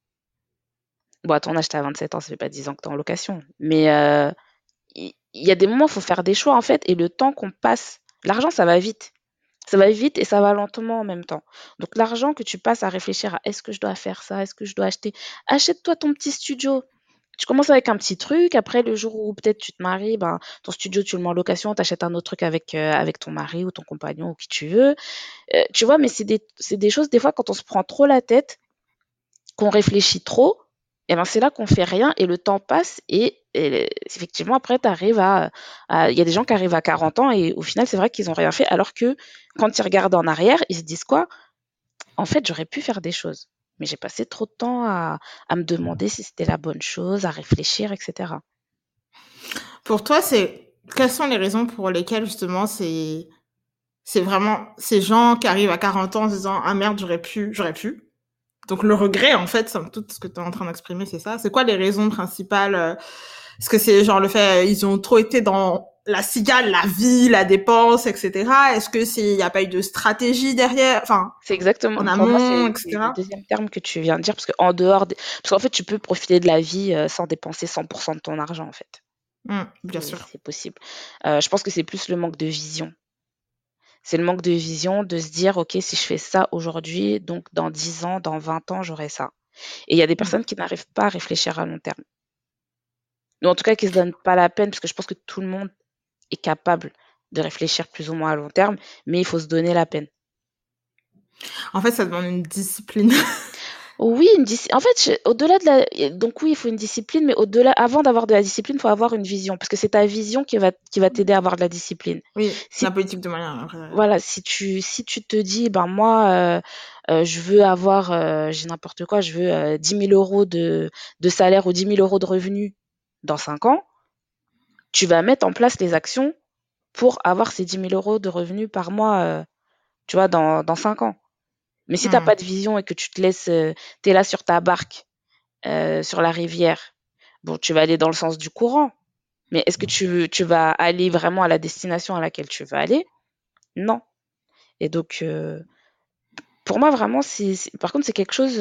Bon, à ton âge, tu as 27 ans, ça fait pas 10 ans que tu es en location. Mais il y a des moments, il faut faire des choix en fait, et le temps qu'on passe, l'argent, ça va vite. Ça va vite et ça va lentement en même temps. Donc l'argent que tu passes à réfléchir à est-ce que je dois faire ça, est-ce que je dois acheter, achète-toi ton petit studio. Tu commences avec un petit truc, après le jour où peut-être tu te maries, ton studio tu le mets en location, tu achètes un autre truc avec ton mari ou ton compagnon ou qui tu veux. Tu vois, mais c'est des choses, des fois, quand on se prend trop la tête, qu'on réfléchit trop, et c'est là qu'on fait rien et le temps passe et effectivement après il y a des gens qui arrivent à 40 ans et au final c'est vrai qu'ils ont rien fait alors que quand ils regardent en arrière, ils se disent quoi? En fait, j'aurais pu faire des choses, mais j'ai passé trop de temps à me demander si c'était la bonne chose, à réfléchir, etc.
Pour toi, quelles sont les raisons pour lesquelles justement c'est vraiment ces gens qui arrivent à 40 ans en se disant ah merde j'aurais pu. Donc le regret en fait, somme toute ce que tu es en train d'exprimer c'est ça. C'est quoi les raisons principales? Est-ce que c'est genre le fait ils ont trop été dans la cigale, la vie, la dépense, etc. Est-ce que il y a pas eu de stratégie derrière, enfin
C'est exactement,
en
pour moi,
amont,
c'est le
etc.
deuxième terme que tu viens de dire, parce parce qu'en fait, tu peux profiter de la vie sans dépenser 100% de ton argent, en fait.
Bien sûr.
C'est possible. Je pense que c'est plus le manque de vision. C'est le manque de vision de se dire, OK, si je fais ça aujourd'hui, donc dans 10 ans, dans 20 ans, j'aurai ça. Et il y a des
Mm.
personnes qui n'arrivent pas à réfléchir à long terme. Ou en tout cas, qui se donnent pas la peine, parce que je pense que tout le monde est capable de réfléchir plus ou moins à long terme, mais il faut se donner la peine.
En fait, ça demande une discipline.
Oui, en fait, au-delà de la donc oui, il faut une discipline, mais au-delà avant d'avoir de la discipline, il faut avoir une vision, parce que c'est ta vision qui va t'aider à avoir de la discipline.
Oui,
Si
la politique de moyens. Après.
Voilà, si tu te dis: «Ben moi, je veux avoir, j'ai n'importe quoi, je veux, 10 000 € de salaire ou 10 000 € de revenus dans 5 ans, tu vas mettre en place les actions pour avoir ces 10 000 euros de revenus par mois, tu vois, dans 5 ans. Mais si tu n'as pas de vision et que tu te laisses, tu es là sur ta barque, sur la rivière, bon, tu vas aller dans le sens du courant. Mais est-ce que tu vas aller vraiment à la destination à laquelle tu veux aller? Non. Et donc, pour moi, vraiment, par contre, c'est quelque chose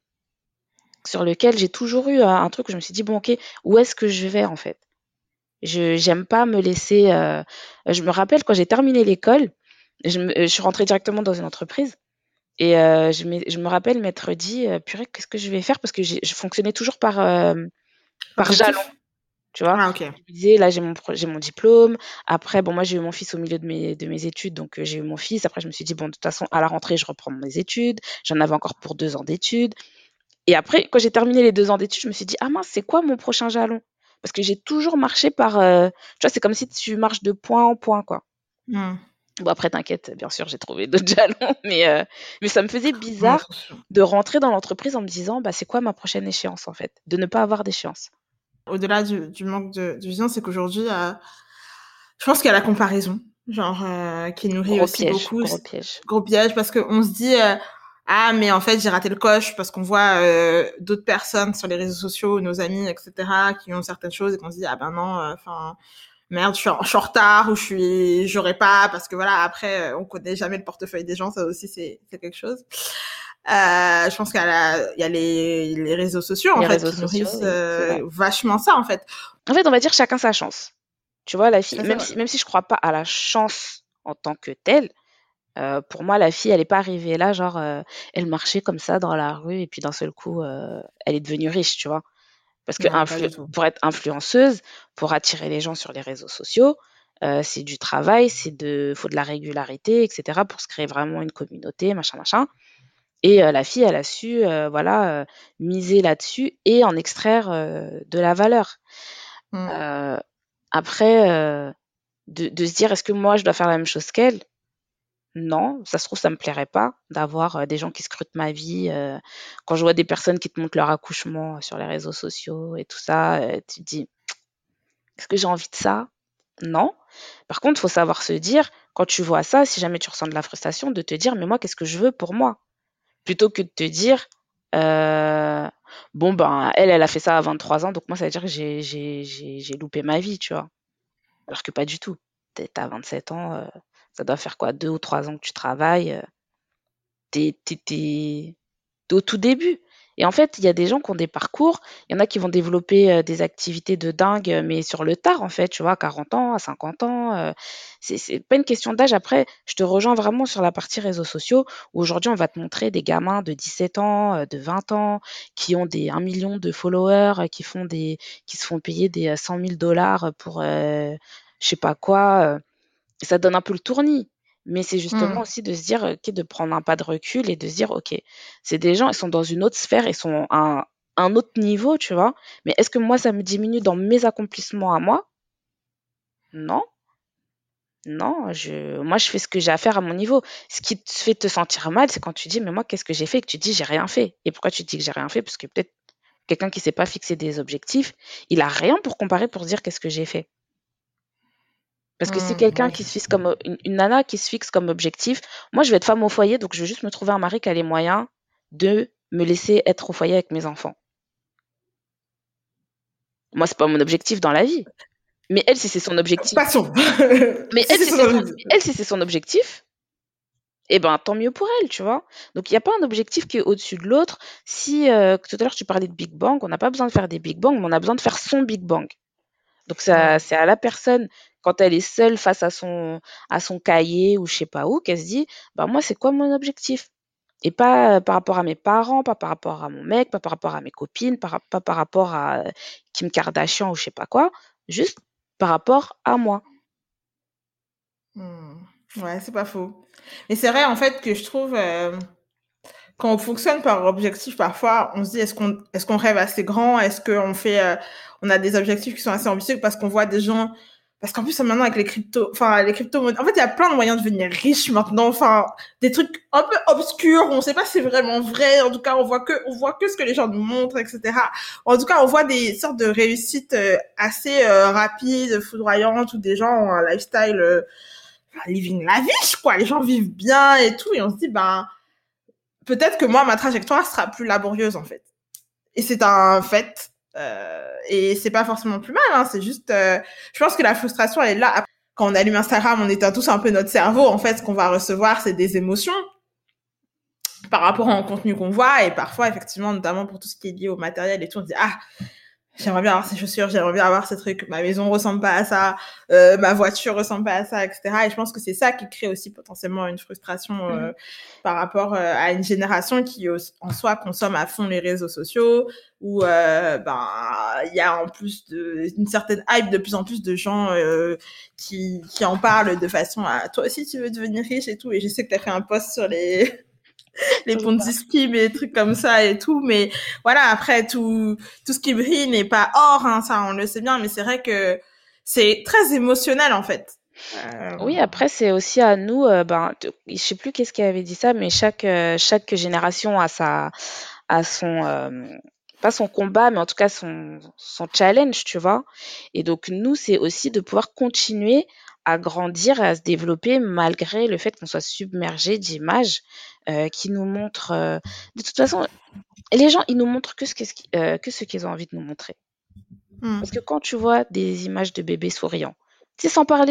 sur lequel j'ai toujours eu un truc où je me suis dit, bon, ok, où est-ce que je vais en fait? J'aime pas me laisser. Je me rappelle quand j'ai terminé l'école, je suis rentrée directement dans une entreprise et je me rappelle m'être dit, purée, qu'est-ce que je vais faire? Parce que je fonctionnais toujours par jalon. Tu vois,
Ah, ok.
je me disais, là, j'ai mon diplôme. Après, bon, moi, j'ai eu mon fils au milieu de mes études, donc j'ai eu mon fils. Après, je me suis dit, bon, de toute façon, à la rentrée, je reprends mes études. J'en avais encore pour 2 ans d'études. Et après, quand j'ai terminé les 2 ans d'études, je me suis dit, ah mince, c'est quoi mon prochain jalon? Parce que j'ai toujours marché par. Tu vois, c'est comme si tu marches de point en point, quoi. Bon, après, t'inquiète, bien sûr, j'ai trouvé d'autres jalons, mais ça me faisait
Ouais,
bizarre
c'est sûr.
de rentrer dans l'entreprise en me disant, bah, c'est quoi ma prochaine échéance, en fait? De ne pas avoir d'échéance.
Au-delà du manque de vision, c'est qu'aujourd'hui, je pense qu'il y a la comparaison, genre, qui nourrit
Gros
aussi
piège,
beaucoup.
gros piège.
Gros piège, parce qu'on se dit, ah, mais en fait, j'ai raté le coche, parce qu'on voit d'autres personnes sur les réseaux sociaux, nos amis, etc., qui ont certaines choses, et qu'on se dit, ah ben non, enfin, merde, je suis en retard, ou j'aurais pas, parce que voilà, après, on connaît jamais le portefeuille des gens, ça aussi, c'est quelque chose. Je pense il y a les réseaux sociaux, en
Les
fait,
réseaux
qui
sociaux,
nourrissent
oui, c'est vrai.
vachement ça, en fait.
En fait, on va dire chacun sa chance. Tu vois, la fille,
Ça, c'est vrai.
même si je crois pas à la chance en tant que telle, pour moi, la fille, elle est pas arrivée là, genre, elle marchait comme ça dans la rue et puis d'un seul coup, elle est devenue riche, tu vois. Parce que
Non, pas du tout.
pour être influenceuse, pour attirer les gens sur les réseaux sociaux, c'est du travail, faut de la régularité, etc. pour se créer vraiment une communauté, machin, machin. Et la fille, elle a su, voilà, miser là-dessus et en extraire de la valeur. Euh, Après, de se dire, est-ce que moi, je dois faire la même chose qu'elle? Non, ça se trouve, ça me plairait pas d'avoir des gens qui scrutent ma vie. Quand je vois des personnes qui te montrent leur accouchement sur les réseaux sociaux et tout ça, tu te dis, est-ce que j'ai envie de ça? Non. Par contre, il faut savoir se dire, quand tu vois ça, si jamais tu ressens de la frustration, de te dire, mais moi, qu'est-ce que je veux pour moi? Plutôt que de te dire, euh, bon, ben, elle a fait ça à 23 ans, donc moi, ça veut dire que j'ai loupé ma vie, tu vois. Alors que pas du tout. T'as 27 ans, ça doit faire quoi, 2 ou 3 ans que tu travailles, t'es au tout début. Et en fait, il y a des gens qui ont des parcours, il y en a qui vont développer des activités de dingue, mais sur le tard, en fait, tu vois, à 40 ans, à 50 ans. C'est pas une question d'âge. Après, je te rejoins vraiment sur la partie réseaux sociaux, où aujourd'hui, on va te montrer des gamins de 17 ans, de 20 ans, qui ont 1 million de followers, qui se font payer des 100 000 dollars pour je sais pas quoi. Ça donne un peu le tournis. Mais c'est justement aussi de se dire, ok, de prendre un pas de recul et de se dire, ok, c'est des gens, ils sont dans une autre sphère, ils sont à un autre niveau, tu vois. Mais est-ce que moi, ça me diminue dans mes accomplissements à moi? Non, non. Moi, je fais ce que j'ai à faire à mon niveau. Ce qui te fait te sentir mal, c'est quand tu dis, mais moi, qu'est-ce que j'ai fait? Et que tu dis, j'ai rien fait. Et pourquoi tu dis que j'ai rien fait? Parce que peut-être quelqu'un qui s'est pas fixé des objectifs, il a rien pour comparer pour se dire qu'est-ce que j'ai fait. Parce que si quelqu'un
Ouais,
qui se fixe comme une nana qui se fixe comme objectif, moi je vais être femme au foyer, donc je vais juste me trouver un mari qui a les moyens de me laisser être au foyer avec mes enfants. Moi, c'est pas mon objectif dans la vie. Mais elle, si c'est son objectif,
passion.
mais
Si c'est son objectif.
elle, si c'est son objectif, eh ben tant mieux pour elle, tu vois. Donc il n'y a pas un objectif qui est au-dessus de l'autre. Si tout à l'heure tu parlais de Big Bang, on n'a pas besoin de faire des Big Bang, mais on a besoin de faire son Big Bang. Donc ça, c'est à la personne, quand elle est seule face à son cahier ou je sais pas où, qu'elle se dit, bah moi c'est quoi mon objectif? Et pas par rapport à mes parents, pas par rapport à mon mec, pas par rapport à mes copines, pas par rapport à Kim Kardashian ou je sais pas quoi, juste par rapport à moi.
Ouais, c'est pas faux. Mais c'est vrai, en fait, que je trouve, quand on fonctionne par objectif, parfois, on se dit, est-ce qu'on rêve assez grand? Est-ce qu'on fait, on a des objectifs qui sont assez ambitieux parce qu'on voit des gens parce qu'en plus maintenant avec les cryptos, enfin les crypto-monnaies, en fait il y a plein de moyens de devenir riche maintenant, enfin des trucs un peu obscurs, on sait pas si c'est vraiment vrai, en tout cas on voit que ce que les gens nous montrent, etc. En tout cas on voit des sortes de réussites assez rapides, foudroyantes, où des gens ont un lifestyle living lavish, quoi, les gens vivent bien et tout, et on se dit ben peut-être que moi ma trajectoire sera plus laborieuse en fait. Et c'est un fait. Et c'est pas forcément plus mal, hein, c'est juste, je pense que la frustration elle est là. Quand on allume Instagram, on éteint tous un peu notre cerveau. En fait, ce qu'on va recevoir, c'est des émotions par rapport au contenu qu'on voit. Et parfois, effectivement, notamment pour tout ce qui est lié au matériel et tout, on se dit ah, j'aimerais bien avoir ces chaussures, j'aimerais bien avoir ces trucs, ma maison ressemble pas à ça, ma voiture ressemble pas à ça, etc. Et je pense que c'est ça qui crée aussi potentiellement une frustration par rapport à une génération qui en soi consomme à fond les réseaux sociaux, où ben il y a en plus une certaine hype, de plus en plus de gens qui en parlent de façon à toi aussi tu veux devenir riche et tout. Et je sais que tu as fait un post sur les Ponzi schemes et des trucs comme ça et tout, mais voilà, après tout ce qui brille n'est pas or, hein, ça on le sait bien, mais c'est vrai que c'est très émotionnel en fait.
Oui, après, c'est aussi à nous, je sais plus qu'est-ce qui avait dit ça, mais chaque génération a son, pas son combat, mais en tout cas son challenge, tu vois. Et donc, nous, c'est aussi de pouvoir continuer à grandir, à se développer malgré le fait qu'on soit submergé d'images qui nous montrent. De toute façon, les gens, ils nous montrent que ce qu'ils ont envie de nous montrer. Parce que quand tu vois des images de bébés souriants, tu sais, sans parler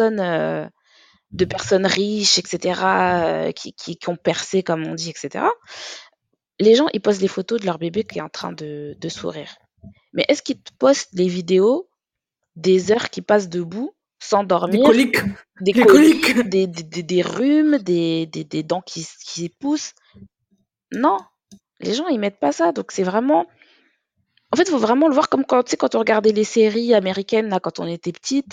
de personnes riches, etc., qui ont percé, comme on dit, etc., les gens, ils postent des photos de leur bébé qui est en train de sourire. Mais est-ce qu'ils te postent des vidéos des heures qu'ils passent debout, sans
Des
dormir,
coliques,
des
les coliques.
coliques, des rhumes, des dents qui poussent? Non, les gens, ils mettent pas ça. Donc, c'est vraiment. En fait, il faut vraiment le voir comme quand, tu sais, quand on regardait les séries américaines, là, quand on était petite,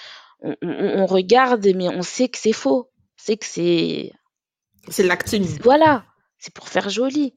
on regarde, mais on sait que c'est faux. On sait que
C'est l'acting.
voilà, c'est pour faire joli.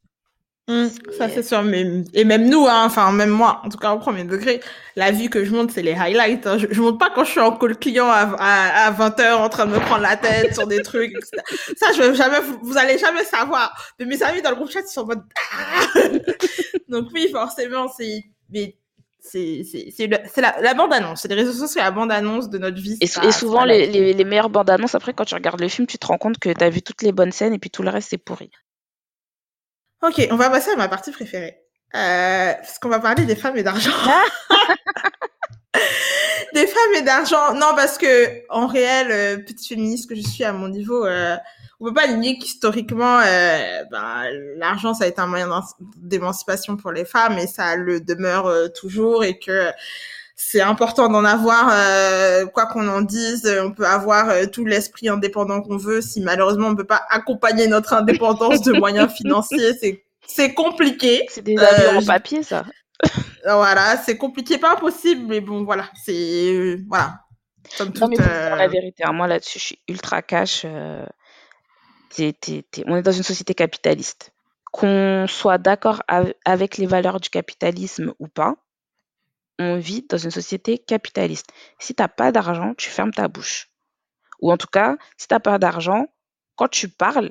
Ça c'est
C'est
sûr, mais et même nous, hein, enfin même moi, en tout cas au premier degré, la vie que je monte, c'est les highlights. Hein. Je monte pas quand je suis en call client à 20h en train de me prendre la tête sur des trucs, etc. Ça, je vais jamais, vous allez jamais savoir. Mais mes amis dans le groupe chat, ils sont en mode ah. Donc oui, forcément, mais c'est la bande annonce. C'est les réseaux sociaux, c'est la bande annonce de notre vie.
et
C'est
souvent,
pas la vie.
les meilleures bandes annonces, après, quand tu regardes le film, tu te rends compte que tu as vu toutes les bonnes scènes et puis tout le reste, c'est pourri.
Ok, on va passer à ma partie préférée. Parce qu'on va parler des femmes et d'argent. Des femmes et d'argent. Non, parce que en réel, petite féministe que je suis à mon niveau, on peut pas nier qu'historiquement, l'argent ça a été un moyen d'émancipation pour les femmes et ça le demeure toujours et que c'est important d'en avoir. Quoi qu'on en dise, on peut avoir tout l'esprit indépendant qu'on veut. Si malheureusement on peut pas accompagner notre indépendance de moyens financiers, c'est compliqué.
C'est des avions en papier, ça.
Voilà, c'est compliqué, pas impossible, mais bon, voilà, c'est voilà, comme
Non, mais
toute.
il faut se dire la vérité, hein. Moi, là-dessus, je suis ultra cash. On est dans une société capitaliste. Qu'on soit d'accord avec les valeurs du capitalisme ou pas, on vit dans une société capitaliste. Si t'as pas d'argent, tu fermes ta bouche. Ou en tout cas, si t'as pas d'argent, quand tu parles,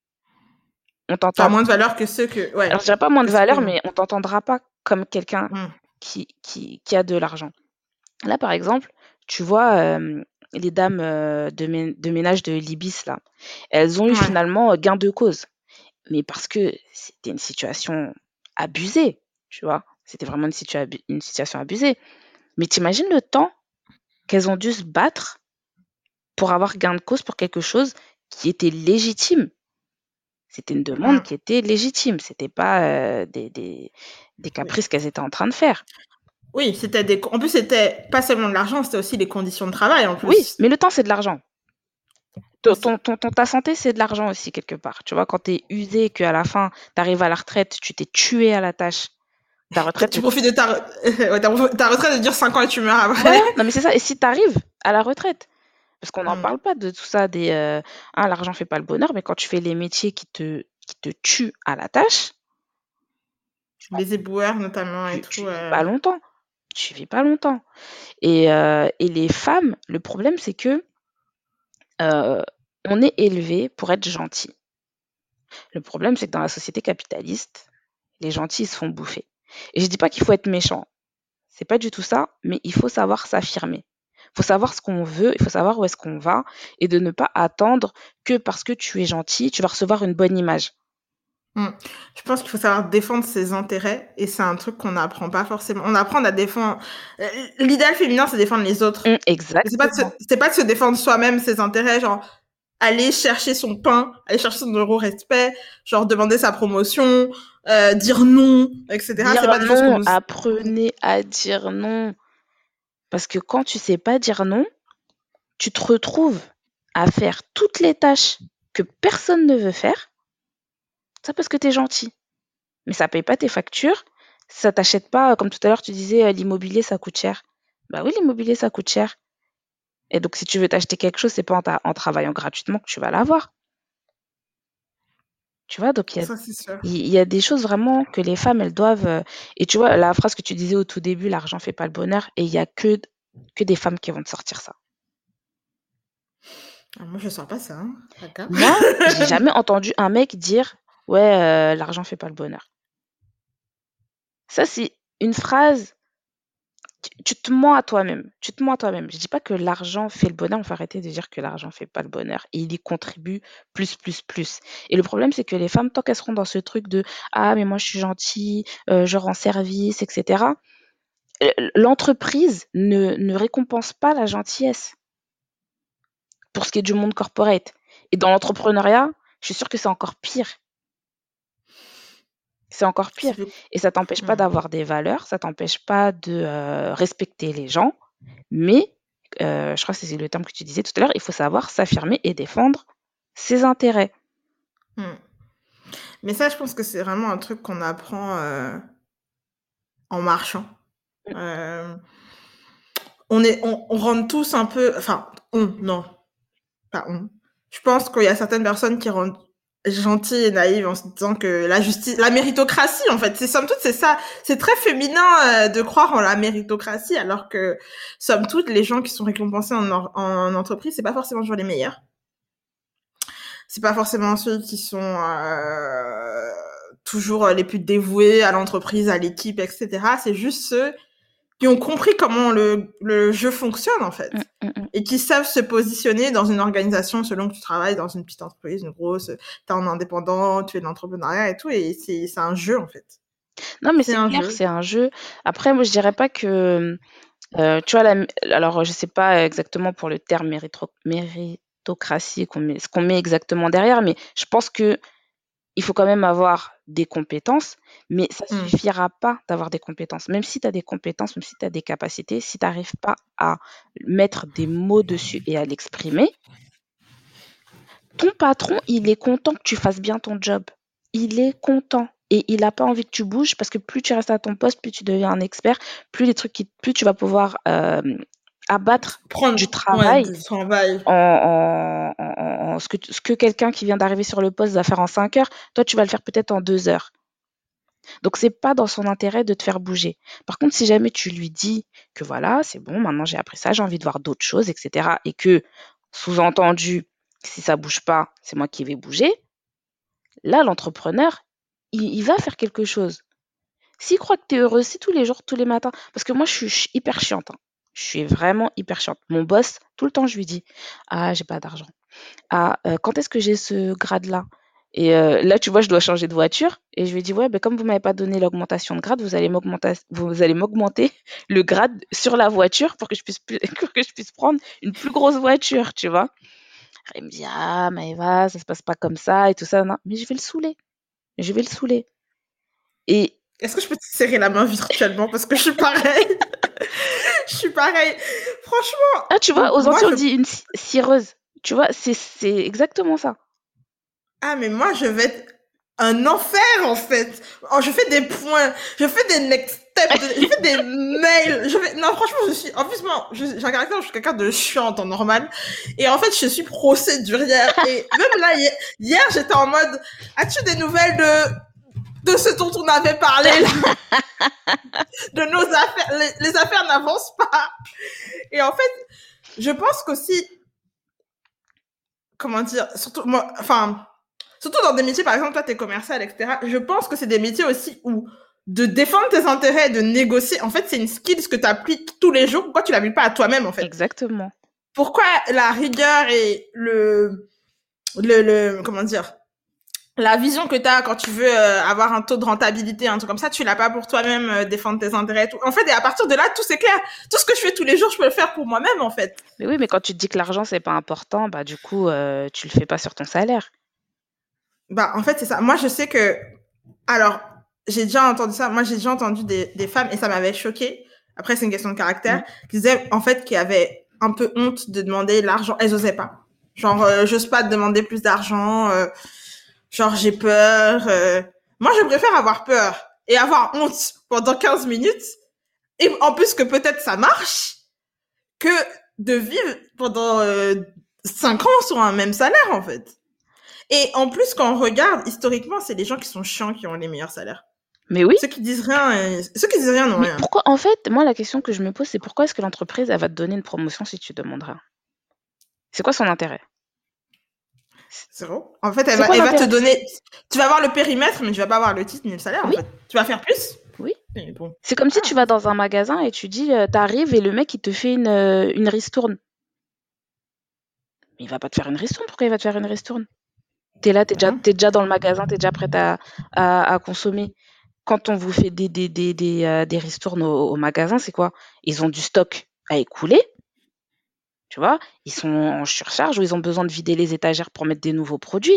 on
Ça a
t'entend.
moins de valeur que ceux que, ouais,
Alors, je dirais pas moins de
que ceux que
valeur,
non.
mais on t'entendra pas comme quelqu'un
Mm.
qui a de l'argent. Là, par exemple, tu vois, les dames de ménage de l'Ibis, là, elles ont eu
Ouais.
finalement gain de cause. Mais parce que c'était une situation abusée, tu vois. C'était vraiment une situation abusée. Mais t'imagines le temps qu'elles ont dû se battre pour avoir gain de cause pour quelque chose qui était légitime. C'était une demande
Mm.
qui était légitime. C'était pas des
Oui.
caprices qu'elles étaient en train de faire.
Oui, en plus c'était pas seulement de l'argent, c'était aussi les conditions de travail en
Oui,
plus.
mais le temps, c'est de l'argent.
Aussi.
Ta santé, c'est de l'argent aussi, quelque part. Tu vois, quand t'es usé, qu'à la fin, t'arrives à la retraite, tu t'es tué à la tâche, ta retraite,
Tu profites de ouais, ta retraite de dire 5 ans et tu meurs
voilà,
après.
non mais c'est ça. Et si t'arrives à la retraite, parce qu'on n'en
Mm.
parle pas de tout ça, l'argent fait pas le bonheur, mais quand tu fais les métiers qui te tuent à la tâche,
Les éboueurs notamment et
tu
tout.
vis pas longtemps. tu vis pas longtemps. Et les femmes, le problème, c'est que on est élevé pour être gentil. Le problème, c'est que dans la société capitaliste, les gentils, ils se font bouffer. Et je dis pas qu'il faut être méchant. C'est pas du tout ça, mais il faut savoir s'affirmer. Il faut savoir ce qu'on veut, il faut savoir où est-ce qu'on va et de ne pas attendre que parce que tu es gentil, tu vas recevoir une bonne image.
Je pense qu'il faut savoir défendre ses intérêts et c'est un truc qu'on n'apprend pas forcément. On apprend à défendre. L'idéal féminin, c'est défendre les autres.
Exactement.
C'est pas de se défendre soi-même ses intérêts, genre aller chercher son pain, aller chercher son euro-respect, genre demander sa promotion, dire non, etc.
Dire
C'est pas des
non,
choses qu'on nous...
apprenez à dire non. Parce que quand tu sais pas dire non, tu te retrouves à faire toutes les tâches que personne ne veut faire. Ça parce que tu es gentil. Mais ça paye pas tes factures. Ça t'achète pas, comme tout à l'heure tu disais, l'immobilier ça coûte cher. Bah oui, l'immobilier ça coûte cher. Et donc si tu veux t'acheter quelque chose, c'est pas en travaillant gratuitement que tu vas l'avoir. Tu vois, donc
Ça, c'est sûr.
il y a des choses vraiment que les femmes, elles doivent. Et tu vois, la phrase que tu disais au tout début, l'argent fait pas le bonheur, et il y a que des femmes qui vont te sortir ça.
Moi, je sens pas ça. Hein.
Moi, j'ai jamais entendu un mec dire ouais, l'argent fait pas le bonheur. Ça, c'est une phrase. Tu te mens à toi-même. Tu te mens à toi-même. Je dis pas que l'argent fait le bonheur. On faut arrêter de dire que l'argent fait pas le bonheur. Et il y contribue plus, plus, plus. Et le problème, c'est que les femmes, tant qu'elles seront dans ce truc de ah, mais moi, je suis gentille, je rends service, etc., l'entreprise ne récompense pas la gentillesse pour ce qui est du monde corporate. Et dans l'entrepreneuriat, je suis sûre que c'est encore pire. C'est encore pire. Et ça t'empêche pas d'avoir des valeurs, ça t'empêche pas de respecter les gens, mais je crois que c'est le terme que tu disais tout à l'heure, il faut savoir s'affirmer et défendre ses intérêts.
Mais ça, je pense que c'est vraiment un truc qu'on apprend en marchant. On rentre tous un peu... Enfin, non. Pas on. Je pense qu'il y a certaines personnes qui rendent gentilles et naïves en se disant que la justice, la méritocratie, en fait, c'est somme toute, c'est ça. C'est très féminin de croire en la méritocratie, alors que somme toute, les gens qui sont récompensés en entreprise, c'est pas forcément toujours les meilleurs. C'est pas forcément ceux qui sont toujours les plus dévoués à l'entreprise, à l'équipe, etc. C'est juste ceux qui ont compris comment le jeu fonctionne, en fait. Et qui savent se positionner dans une organisation selon que tu travailles dans une petite entreprise, une grosse, t'es en indépendant, tu es de l'entrepreneuriat et tout, et c'est un jeu, en fait.
Non, mais c'est clair, c'est un jeu. Après, moi, je dirais pas que... tu vois, alors, je sais pas exactement pour le terme méritocratie, ce qu'on met exactement derrière, mais je pense que il faut quand même avoir des compétences, mais ça suffira pas d'avoir des compétences. Même si tu as des compétences, même si tu as des capacités, si tu n'arrives pas à mettre des mots dessus et à l'exprimer, ton patron, il est content que tu fasses bien ton job. Il est content. Et il n'a pas envie que tu bouges parce que plus tu restes à ton poste, plus tu deviens un expert, plus tu vas pouvoir abattre du travail, en ce que quelqu'un qui vient d'arriver sur le poste va faire en 5 heures, toi tu vas le faire peut-être en 2 heures. Donc c'est pas dans son intérêt de te faire bouger. Par contre, si jamais tu lui dis que voilà, c'est bon, maintenant j'ai appris ça, j'ai envie de voir d'autres choses, etc., et que, sous-entendu, si ça bouge pas, c'est moi qui vais bouger, là l'entrepreneur, il va faire quelque chose. S'il croit que tu es heureux, si tous les jours, tous les matins, parce que moi je suis hyper chiante, hein. Je suis vraiment hyper chiante. Mon boss, tout le temps, je lui dis ah, j'ai pas d'argent. Ah, quand est-ce que j'ai ce grade-là? Et là, tu vois, je dois changer de voiture. Et je lui dis ouais, ben, comme vous m'avez pas donné l'augmentation de grade, vous allez m'augmenter le grade sur la voiture pour que je puisse prendre une plus grosse voiture, tu vois. Alors, il me dit ah, Maëva, ça se passe pas comme ça et tout ça. Non, mais je vais le saouler. Je vais le saouler. Et
est-ce que je peux te serrer la main virtuellement parce que je suis pareil. Je suis pareil. Franchement.
Ah, tu vois, aux anciens, on dit une cireuse. Tu vois, c'est exactement ça.
Ah, mais moi, je vais être un enfer, en fait. Oh, je fais des points. Je fais des next steps. Je fais des mails. Non, franchement, en plus, moi, j'ai un caractère, je suis quelqu'un de chiant en temps normal. Et en fait, je suis procédurière. Et même là, hier, j'étais en mode, as-tu des nouvelles de de ce dont on avait parlé là, de nos affaires. Les affaires n'avancent pas. Et en fait, je pense qu'aussi, comment dire, surtout dans des métiers, par exemple, toi, t'es commercial, etc. Je pense que c'est des métiers aussi où de défendre tes intérêts, de négocier, en fait, c'est une skill que tu appliques tous les jours. Pourquoi tu l'appliques pas à toi-même, en fait?
Exactement.
Pourquoi la rigueur et comment dire, la vision que tu as quand tu veux avoir un taux de rentabilité, un truc comme ça, tu l'as pas pour toi-même, défendre tes intérêts et tout. En fait, et à partir de là, tout c'est clair. Tout ce que je fais tous les jours, je peux le faire pour moi-même, en fait.
Mais oui, mais quand tu te dis que l'argent, c'est pas important, bah du coup, tu le fais pas sur ton salaire.
Bah, en fait, c'est ça. Moi, je sais que... Alors, j'ai déjà entendu ça. Moi, j'ai déjà entendu des femmes, et ça m'avait choquée. Après, c'est une question de caractère, qui disaient, en fait, qu'elles avaient un peu honte de demander l'argent. Elles osaient pas. Genre, j'ose pas te demander plus d'argent. Genre, j'ai peur. Moi, je préfère avoir peur et avoir honte pendant 15 minutes. Et en plus que peut-être ça marche, que de vivre pendant 5 ans sur un même salaire, en fait. Et en plus, quand on regarde, historiquement, c'est les gens qui sont chiants qui ont les meilleurs salaires.
Mais oui.
Ceux qui disent rien n'ont
Mais
rien.
pourquoi, en fait, moi, la question que je me pose, c'est pourquoi est-ce que l'entreprise, elle va te donner une promotion si tu demandes rien? C'est quoi son intérêt?
Zéro. En fait,
C'est
elle
quoi
va te
l'intérêt?
donner... Tu vas avoir le périmètre, mais tu vas pas avoir le titre ni le salaire, en
Oui,
fait. Tu vas faire plus.
oui.
Mais bon.
C'est comme si
Ah.
tu vas dans un magasin et tu dis, t'arrives et le mec, il te fait une ristourne. Mais il va pas te faire une ristourne. Pourquoi il va te faire une ristourne? T'es là, t'es déjà dans le magasin, t'es déjà prête à consommer. Quand on vous fait des ristournes au magasin, c'est quoi? Ils ont du stock à écouler, tu vois? Ils sont en surcharge ou ils ont besoin de vider les étagères pour mettre des nouveaux produits.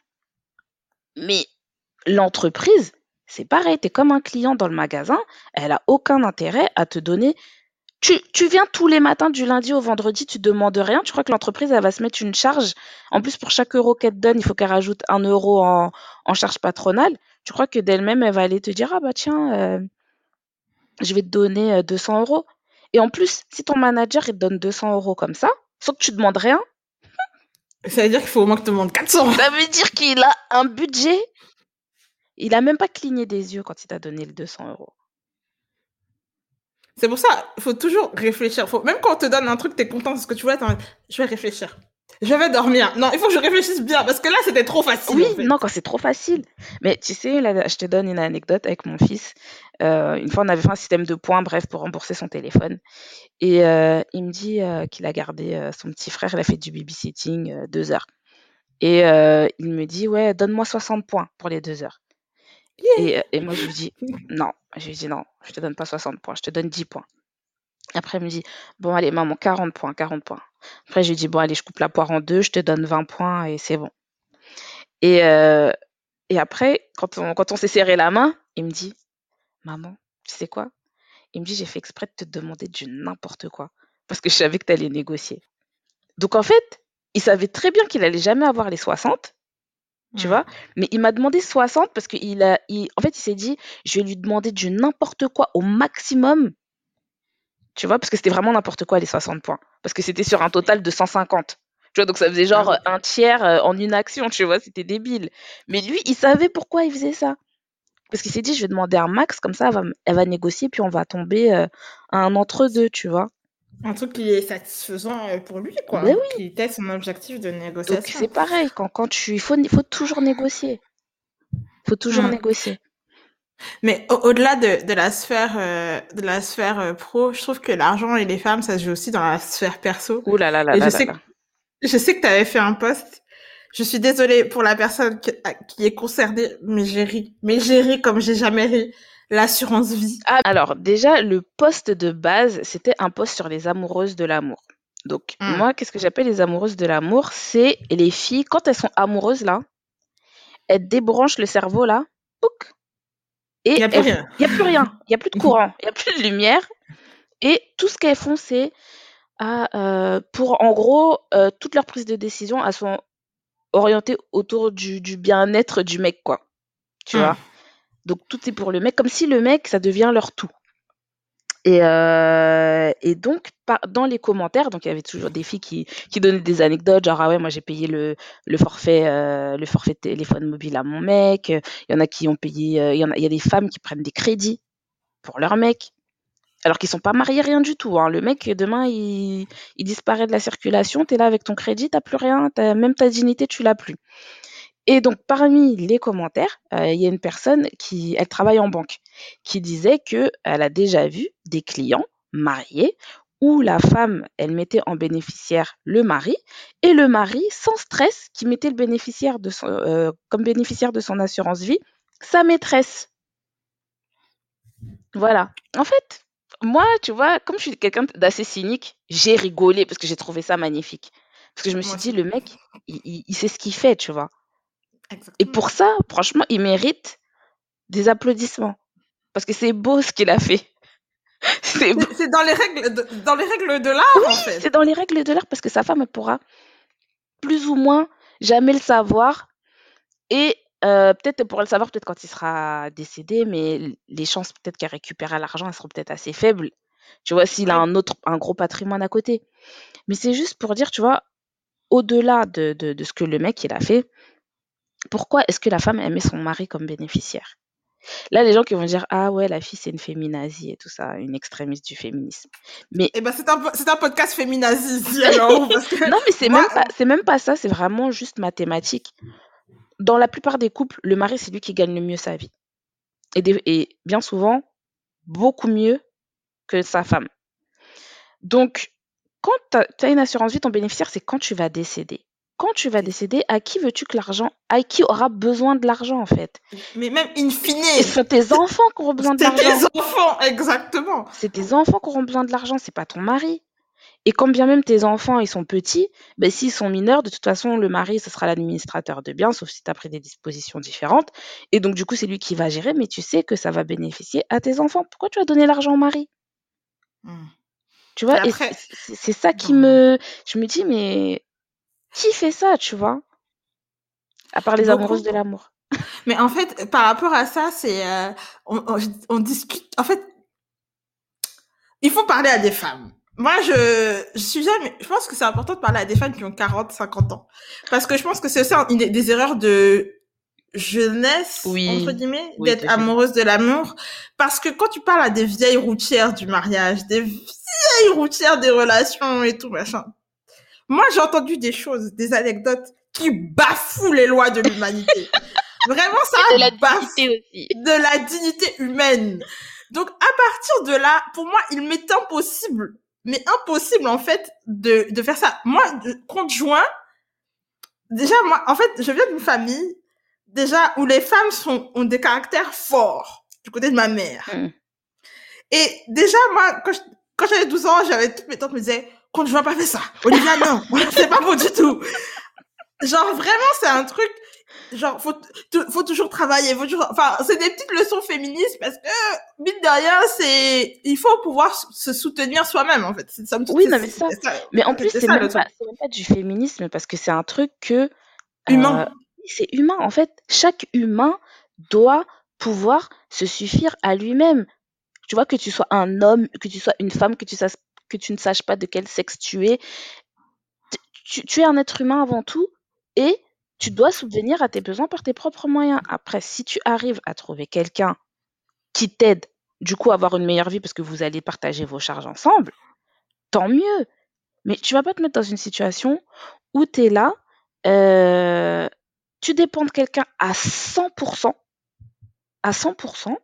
Mais l'entreprise, c'est pareil, tu es comme un client dans le magasin, elle a aucun intérêt à te donner. Tu viens tous les matins du lundi au vendredi, tu demandes rien, tu crois que l'entreprise, elle va se mettre une charge. En plus, pour chaque euro qu'elle te donne, il faut qu'elle rajoute 1 euro en charge patronale. Tu crois que d'elle-même, elle va aller te dire, ah bah tiens, je vais te donner 200 euros. Et en plus, si ton manager, il te donne 200 euros comme ça, sans que tu demandes rien,
Ça veut dire qu'il faut au moins que tu demandes 400.
ça veut dire qu'il a un budget. Il a même pas cligné des yeux quand il t'a donné le 200 euros.
C'est pour ça, il faut toujours réfléchir. Même quand on te donne un truc, t'es content de ce que tu vois, je vais réfléchir. Je vais dormir. Non, il faut que je réfléchisse bien, parce que là, c'était trop facile,
Oui,
en fait.
non, quand c'est trop facile. Mais tu sais, là, je te donne une anecdote avec mon fils. Une fois, on avait fait un système de points, bref, pour rembourser son téléphone. Et il me dit qu'il a gardé son petit frère, il a fait du babysitting 2 heures. Et il me dit, ouais, donne-moi 60 points pour les 2 heures. Et moi, je lui dis, non. Je lui dis, non, je te donne pas 60 points, je te donne 10 points. Après, il me dit, bon, allez, maman, 40 points, 40 points. Après, je lui dis, bon, allez, je coupe la poire en deux, je te donne 20 points et c'est bon. Et, et après, quand on s'est serré la main, il me dit, maman, tu sais quoi? Il me dit, j'ai fait exprès de te demander du n'importe quoi. Parce que je savais que tu allais négocier. Donc, en fait, il savait très bien qu'il allait jamais avoir les 60, tu vois. Mais il m'a demandé 60 parce en fait, il s'est dit, je vais lui demander du n'importe quoi au maximum. Tu vois, parce que c'était vraiment n'importe quoi les 60 points. Parce que c'était sur un total de 150. Tu vois, donc ça faisait genre un tiers en une action, tu vois, c'était débile. Mais lui, il savait pourquoi il faisait ça. Parce qu'il s'est dit, je vais demander un max, comme ça, elle va négocier, puis on va tomber à un entre-deux, tu vois.
Un truc qui est satisfaisant pour lui, quoi.
Ben oui.
Qui était son objectif de
Donc
négociation.
c'est pareil, il faut toujours négocier. Il faut toujours négocier.
Mais au-delà de la sphère pro, je trouve que l'argent et les femmes, ça se joue aussi dans la sphère perso.
Ouh là là là
Et
là là là.
je sais que tu avais fait un post. Je suis désolée pour la personne qui est concernée, mais j'ai ri comme j'ai jamais ri. L'assurance vie.
Ah, alors déjà, le post de base, c'était un post sur les amoureuses de l'amour. Donc moi, qu'est-ce que j'appelle les amoureuses de l'amour? C'est les filles, quand elles sont amoureuses là, elles débranchent le cerveau là, pouc, et
Il n'y a plus rien.
Il n'y a plus rien, il n'y a plus de courant, il n'y a plus de lumière. Et tout ce qu'elles font, c'est pour en gros, toutes leurs prises de décision, elles sont orientées autour du bien-être du mec, quoi. Tu vois? Donc tout est pour le mec, comme si le mec, ça devient leur tout. Et donc, dans les commentaires, donc il y avait toujours des filles qui donnaient des anecdotes, genre ah ouais, moi j'ai payé le forfait téléphone mobile à mon mec. Il y en a qui ont payé, il y a des femmes qui prennent des crédits pour leur mec, alors qu'ils sont pas mariés, rien du tout, hein. Le mec, demain, il disparaît de la circulation, t'es là avec ton crédit, t'as plus rien, même ta dignité, tu l'as plus. Et donc, parmi les commentaires, il y a une personne elle travaille en banque, qui disait que elle a déjà vu des clients mariés où la femme, elle mettait en bénéficiaire le mari, et le mari, sans stress, qui mettait comme bénéficiaire de son assurance vie, sa maîtresse. Voilà. En fait, moi, tu vois, comme je suis quelqu'un d'assez cynique, j'ai rigolé parce que j'ai trouvé ça magnifique. Parce que je me
Moi
suis dit,
aussi.
le mec, il sait ce qu'il fait, tu vois. Et
Exactement.
pour ça, franchement, il mérite des applaudissements. Parce que c'est beau ce qu'il a fait. C'est beau.
C'est dans les règles de
Oui,
l'art, en fait.
c'est dans les règles de l'art parce que sa femme, elle pourra plus ou moins jamais le savoir. Et peut-être elle pourra le savoir peut-être quand il sera décédé, mais les chances peut-être qu'elle récupère l'argent, elles seront peut-être assez faibles. Tu vois, s'il a
Oui.
un gros patrimoine à côté. Mais c'est juste pour dire, tu vois, au-delà de ce que le mec il a fait, pourquoi est-ce que la femme elle met son mari comme bénéficiaire? Là, les gens qui vont dire ah ouais, la fille c'est une féminazie et tout ça, une extrémiste du féminisme. Mais
Eh ben, c'est un podcast féminazi ici, alors, parce que
non, mais
moi,
c'est même pas ça, c'est vraiment juste mathématique. Dans la plupart des couples, le mari c'est lui qui gagne le mieux sa vie et bien souvent beaucoup mieux que sa femme. Donc, quand tu as une assurance vie, ton bénéficiaire, c'est quand tu vas décéder. Quand tu vas
c'est ça.
décéder, à qui aura besoin de l'argent, en fait?
Mais même in
Et ce
fine,
sont tes enfants qui auront besoin de
c'est tes
l'argent.
enfants, exactement.
C'est tes enfants qui auront besoin de l'argent, c'est pas ton mari. Et quand bien même tes enfants, ils sont petits, ben, s'ils sont mineurs, de toute façon, le mari, ce sera l'administrateur de biens, sauf si tu as pris des dispositions différentes. Et donc, du coup, c'est lui qui va gérer, mais tu sais que ça va bénéficier à tes enfants. Pourquoi tu vas donner l'argent au mari?
Hmm.
Tu
Et
vois? Et
après,
c'est ça
dans
je me dis, mais qui fait ça, tu vois? À part les amoureuses
beaucoup.
de l'amour.
Mais en fait, par rapport à ça, on discute. En fait, il faut parler à des femmes. Moi, je pense que c'est important de parler à des femmes qui ont 40, 50 ans. Parce que je pense que c'est aussi une des erreurs de jeunesse, entre
Oui,
guillemets,
oui,
d'être
de jeunesse.
amoureuse de l'amour. Parce que quand tu parles à des vieilles routières du mariage, des vieilles routières des relations et tout, machin. Moi, j'ai entendu des choses, des anecdotes qui bafouent les lois de l'humanité. Vraiment, ça
Et de la
bafoue
dignité aussi.
de la dignité humaine. Donc, à partir de là, pour moi, il m'est impossible, mais impossible, en fait, de faire ça. Moi, compte juin, déjà, moi, en fait, je viens d'une famille, déjà, où les femmes ont des caractères forts, du côté de ma mère.
Mmh.
Et déjà, moi, quand j'avais 12 ans, j'avais toutes mes tantes me disaient, compte juin, pas fait ça. Olivia, non, c'est pas bon du tout. Genre, vraiment, c'est un truc, genre, faut toujours travailler, enfin, c'est des petites leçons féministes parce que, mine de rien, il faut pouvoir se soutenir soi-même, en fait. Somme toute,
Oui, non, mais ça. Mais en plus,
c'était ça le truc.
c'est même pas du féminisme parce que c'est un truc que
Humain.
c'est humain. En fait, chaque humain doit pouvoir se suffire à lui-même. Tu vois, que tu sois un homme, que tu sois une femme, que tu ne saches pas de quel sexe tu es, tu es un être humain avant tout et tu dois subvenir à tes besoins par tes propres moyens. Après, si tu arrives à trouver quelqu'un qui t'aide, du coup, à avoir une meilleure vie parce que vous allez partager vos charges ensemble, tant mieux. Mais tu vas pas te mettre dans une situation où tu es là, euh, tu dépends de quelqu'un à 100%, à 100%,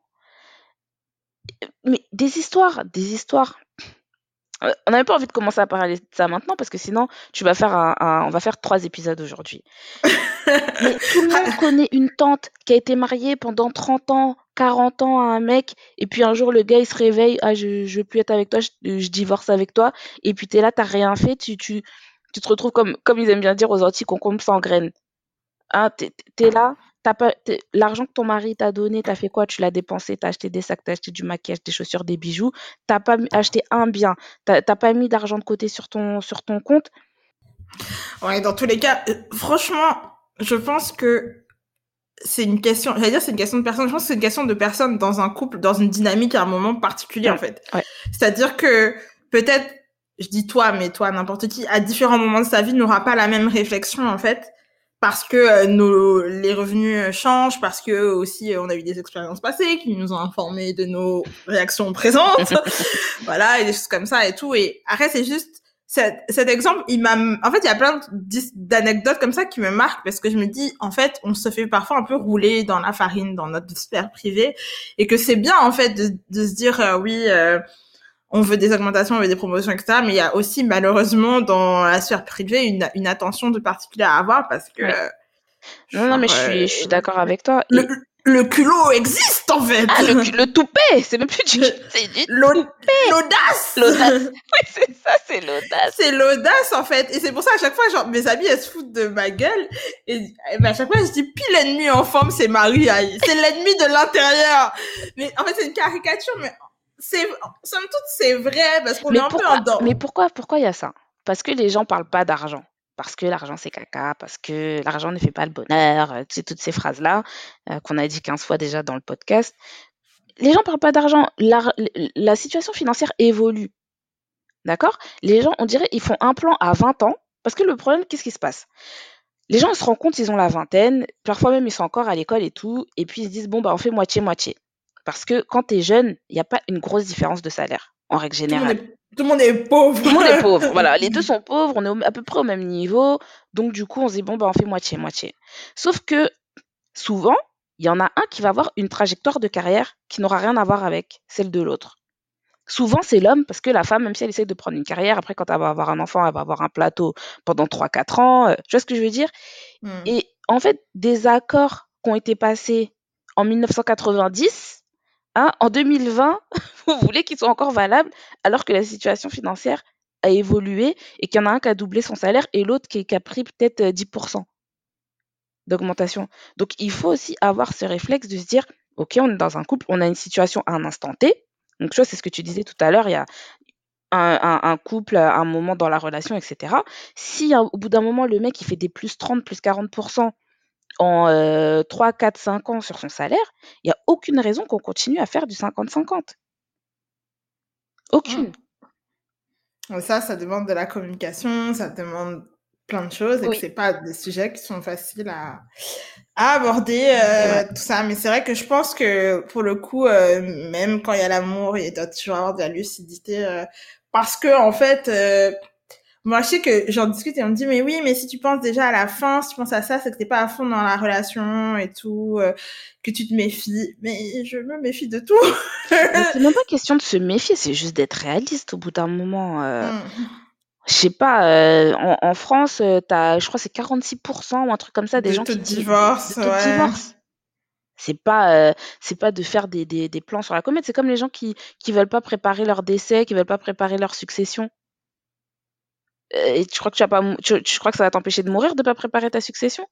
mais des histoires. On n'avait pas envie de commencer à parler de ça maintenant parce que sinon, on va faire 3 épisodes aujourd'hui. Mais tout le monde connaît une tante qui a été mariée pendant 30 ans, 40 ans à un mec, et puis un jour le gars il se réveille, ah je veux plus être avec toi, je divorce avec toi, et puis t'es là, t'as rien fait, tu te retrouves comme ils aiment bien dire aux Antilles, concombre sans graines. Hein, t'es là, l'argent que ton mari t'a donné, t'as fait quoi? Tu l'as dépensé, t'as acheté des sacs, t'as acheté du maquillage, des chaussures, des bijoux, t'as pas acheté un bien, t'as pas mis d'argent de côté sur ton compte.
Ouais, dans tous les cas, franchement, je pense que c'est une question, j'allais dire c'est une question de personne, je pense que c'est une question de personne dans un couple, dans une dynamique à un moment particulier, en fait.
Ouais.
C'est-à-dire que peut-être, je dis toi, mais toi, n'importe qui, à différents moments de sa vie, n'aura pas la même réflexion, en fait, parce que les revenus changent, parce que aussi on a eu des expériences passées qui nous ont informés de nos réactions présentes, voilà, et des choses comme ça et tout. Et après, c'est juste cet exemple, en fait, il y a plein d'anecdotes comme ça qui me marquent parce que je me dis, en fait, on se fait parfois un peu rouler dans la farine, dans notre sphère privée, et que c'est bien, en fait, de se dire, oui, on veut des augmentations, on veut des promotions, etc. Mais il y a aussi, malheureusement, dans la sphère privée, une attention de particulier à avoir parce que,
Ouais. Non, mais je suis d'accord avec toi.
le, le culot existe, en fait.
Ah, le toupet, c'est même plus c'est du toupet.
L'audace.
L'audace. Oui, c'est ça, c'est l'audace.
C'est l'audace, en fait. Et c'est pour ça, à chaque fois, genre, mes amis, elles se foutent de ma gueule. Et ben, à chaque fois, je dis, puis l'ennemi en forme, c'est Marie. C'est l'ennemi de l'intérieur. Mais en fait, c'est une caricature, mais somme toute, c'est vrai, parce qu'on est un peu en dehors.
Mais pourquoi il y a ça? Parce que les gens parlent pas d'argent. Parce que l'argent c'est caca, parce que l'argent ne fait pas le bonheur, tu sais, toutes ces phrases-là qu'on a dit 15 fois déjà dans le podcast. Les gens parlent pas d'argent. La situation financière évolue. D'accord? Les gens, on dirait, ils font un plan à 20 ans. Parce que le problème, qu'est-ce qui se passe? Les gens ils se rendent compte, ils ont la vingtaine, parfois même ils sont encore à l'école et tout, et puis ils se disent, bon, bah on fait moitié-moitié. Parce que quand tu es jeune, il n'y a pas une grosse différence de salaire, en règle générale.
Tout le monde est pauvre.
Tout le monde est pauvre, voilà. Les deux sont pauvres, on est à peu près au même niveau, donc du coup on se dit, bon, bah on fait moitié-moitié. Sauf que souvent, il y en a un qui va avoir une trajectoire de carrière qui n'aura rien à voir avec celle de l'autre. Souvent, c'est l'homme, parce que la femme, même si elle essaie de prendre une carrière, après, quand elle va avoir un enfant, elle va avoir un plateau pendant 3-4 ans. Tu vois ce que je veux dire? Et en fait, des accords qui ont été passés en 1990, hein, en 2020, vous voulez qu'ils soient encore valables, alors que la situation financière a évolué et qu'il y en a un qui a doublé son salaire et l'autre qui a pris peut-être 10% d'augmentation. Donc, il faut aussi avoir ce réflexe de se dire, OK, on est dans un couple, on a une situation à un instant T. Donc, tu vois, c'est ce que tu disais tout à l'heure, il y a un couple, un moment dans la relation, etc. Si au bout d'un moment, le mec, il fait des plus 30, plus 40% en 3, 4, 5 ans sur son salaire, il n'y a aucune raison qu'on continue à faire du 50-50. Aucune.
Ça demande de la communication, ça demande plein de choses et que c'est pas des sujets qui sont faciles à aborder, tout ça. Mais c'est vrai que je pense que pour le coup, même quand il y a l'amour, il doit toujours avoir de la lucidité, parce que en fait, moi je sais que j'en discute et on me dit mais oui, mais si tu penses déjà à la fin, si tu penses à ça, c'est que t'es pas à fond dans la relation et tout, que tu te méfies. Mais je me méfie de tout.
Mais c'est même pas question de se méfier, c'est juste d'être réaliste au bout d'un moment. Je sais pas, en France, je crois que c'est 46% ou un truc comme ça des gens qui
divorcent.
De divorce. C'est pas de faire des plans sur la comète, c'est comme les gens qui veulent pas préparer leur décès, qui veulent pas préparer leur succession. Et tu crois que tu crois que ça va t'empêcher de mourir de pas préparer ta succession?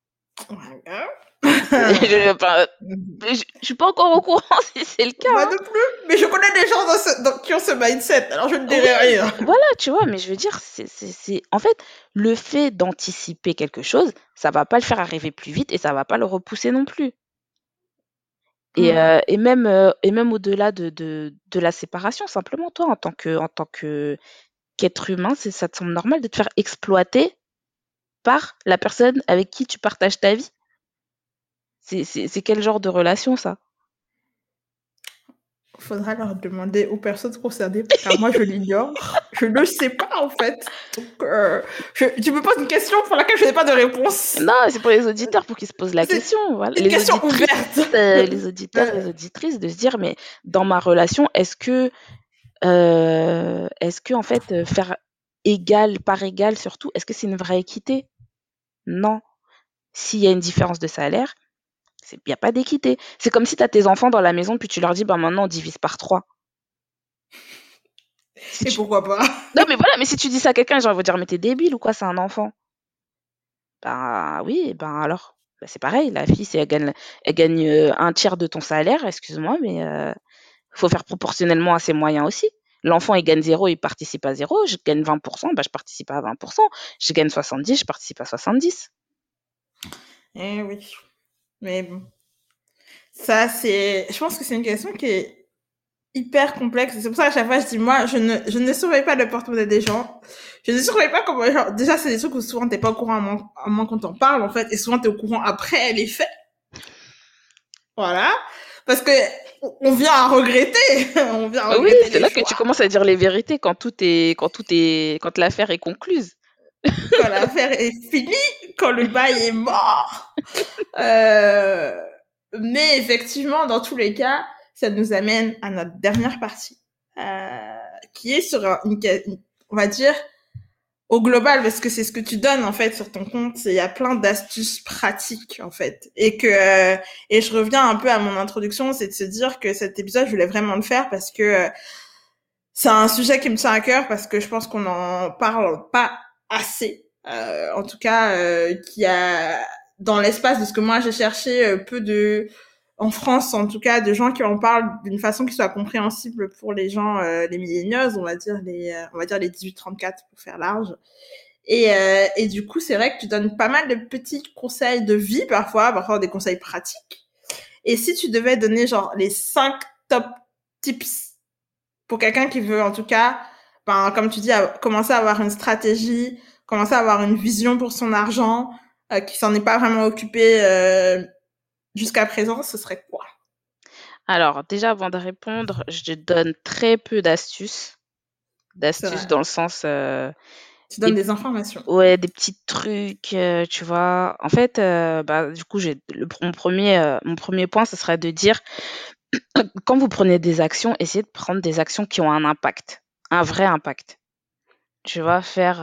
Je suis pas encore au courant si c'est le cas.
Moi non plus, mais je connais des gens qui ont ce mindset, alors je ne dirai rien.
Voilà, tu vois, mais je veux dire, en fait, le fait d'anticiper quelque chose, ça va pas le faire arriver plus vite et ça va pas le repousser non plus. Et même au-delà de la séparation, simplement, toi, en tant qu'être humain, ça te semble normal de te faire exploiter par la personne avec qui tu partages ta vie? C'est quel genre de relation, ça?
Faudra leur demander aux personnes concernées, car moi je l'ignore. Je ne sais pas en fait. Donc, tu me poses une question pour laquelle je n'ai pas de réponse.
Non, c'est pour les auditeurs, pour qu'ils se posent la question. Voilà.
Une question ouverte.
Les auditeurs, les auditrices, de se dire, mais dans ma relation, est-ce que en fait, faire égal par égal surtout, est-ce que c'est une vraie équité? Non. S'il y a une différence de salaire, il n'y a pas d'équité. C'est comme si tu as tes enfants dans la maison, puis tu leur dis, bah maintenant on divise par 3.
Et pourquoi pas?
Non, mais voilà, mais si tu dis ça à quelqu'un, genre, il va dire, mais t'es débile ou quoi, c'est un enfant? Bah oui, ben alors, bah, c'est pareil, la fille, si elle gagne un tiers de ton salaire, excuse-moi, mais faut faire proportionnellement à ses moyens aussi. L'enfant, il gagne 0, il participe à 0. Je gagne 20%, bah, je participe à 20%. Je gagne 70, je participe à 70.
Eh oui. Mais bon, je pense que c'est une question qui est hyper complexe. C'est pour ça qu'à chaque fois, je dis, moi, je ne surveille pas le porte-monnaie des gens. Je ne surveille pas comment, genre, déjà, c'est des trucs où souvent t'es pas au courant à moins qu'on t'en parle, en fait, et souvent t'es au courant après les faits. Voilà. Parce que, on vient à regretter. On vient à
Oui,
regretter
c'est
les
là que
choix.
tu commences à dire les vérités quand l'affaire est concluse.
Quand l'affaire est finie, quand le bail est mort. Euh, mais effectivement, dans tous les cas, ça nous amène à notre dernière partie, qui est sur on va dire, au global, parce que c'est ce que tu donnes en fait sur ton compte. Il y a plein d'astuces pratiques en fait, et je reviens un peu à mon introduction, c'est de se dire que cet épisode, je voulais vraiment le faire parce que c'est un sujet qui me tient à cœur, parce que je pense qu'on n'en parle pas assez. En tout cas, qui a dans l'espace de ce que moi j'ai cherché, peu de en France, en tout cas, de gens qui en parlent d'une façon qui soit compréhensible pour les gens, les millennials, on va dire les 18-34 pour faire large. Et du coup, c'est vrai que tu donnes pas mal de petits conseils de vie parfois des conseils pratiques. Et si tu devais donner genre les 5 top tips pour quelqu'un qui veut, en tout cas, ben, comme tu dis, commencer à avoir une stratégie, commencer à avoir une vision pour son argent, qui s'en est pas vraiment occupé jusqu'à présent, ce serait quoi?
Alors, déjà, avant de répondre, je donne très peu d'astuces.
C'est
D'astuces
vrai.
dans le sens
Tu donnes
des,
des informations.
ouais, des petits trucs, tu vois. En fait, bah, du coup, mon premier point, ce serait de dire, quand vous prenez des actions, essayez de prendre des actions qui ont un impact, un vrai impact. Tu vas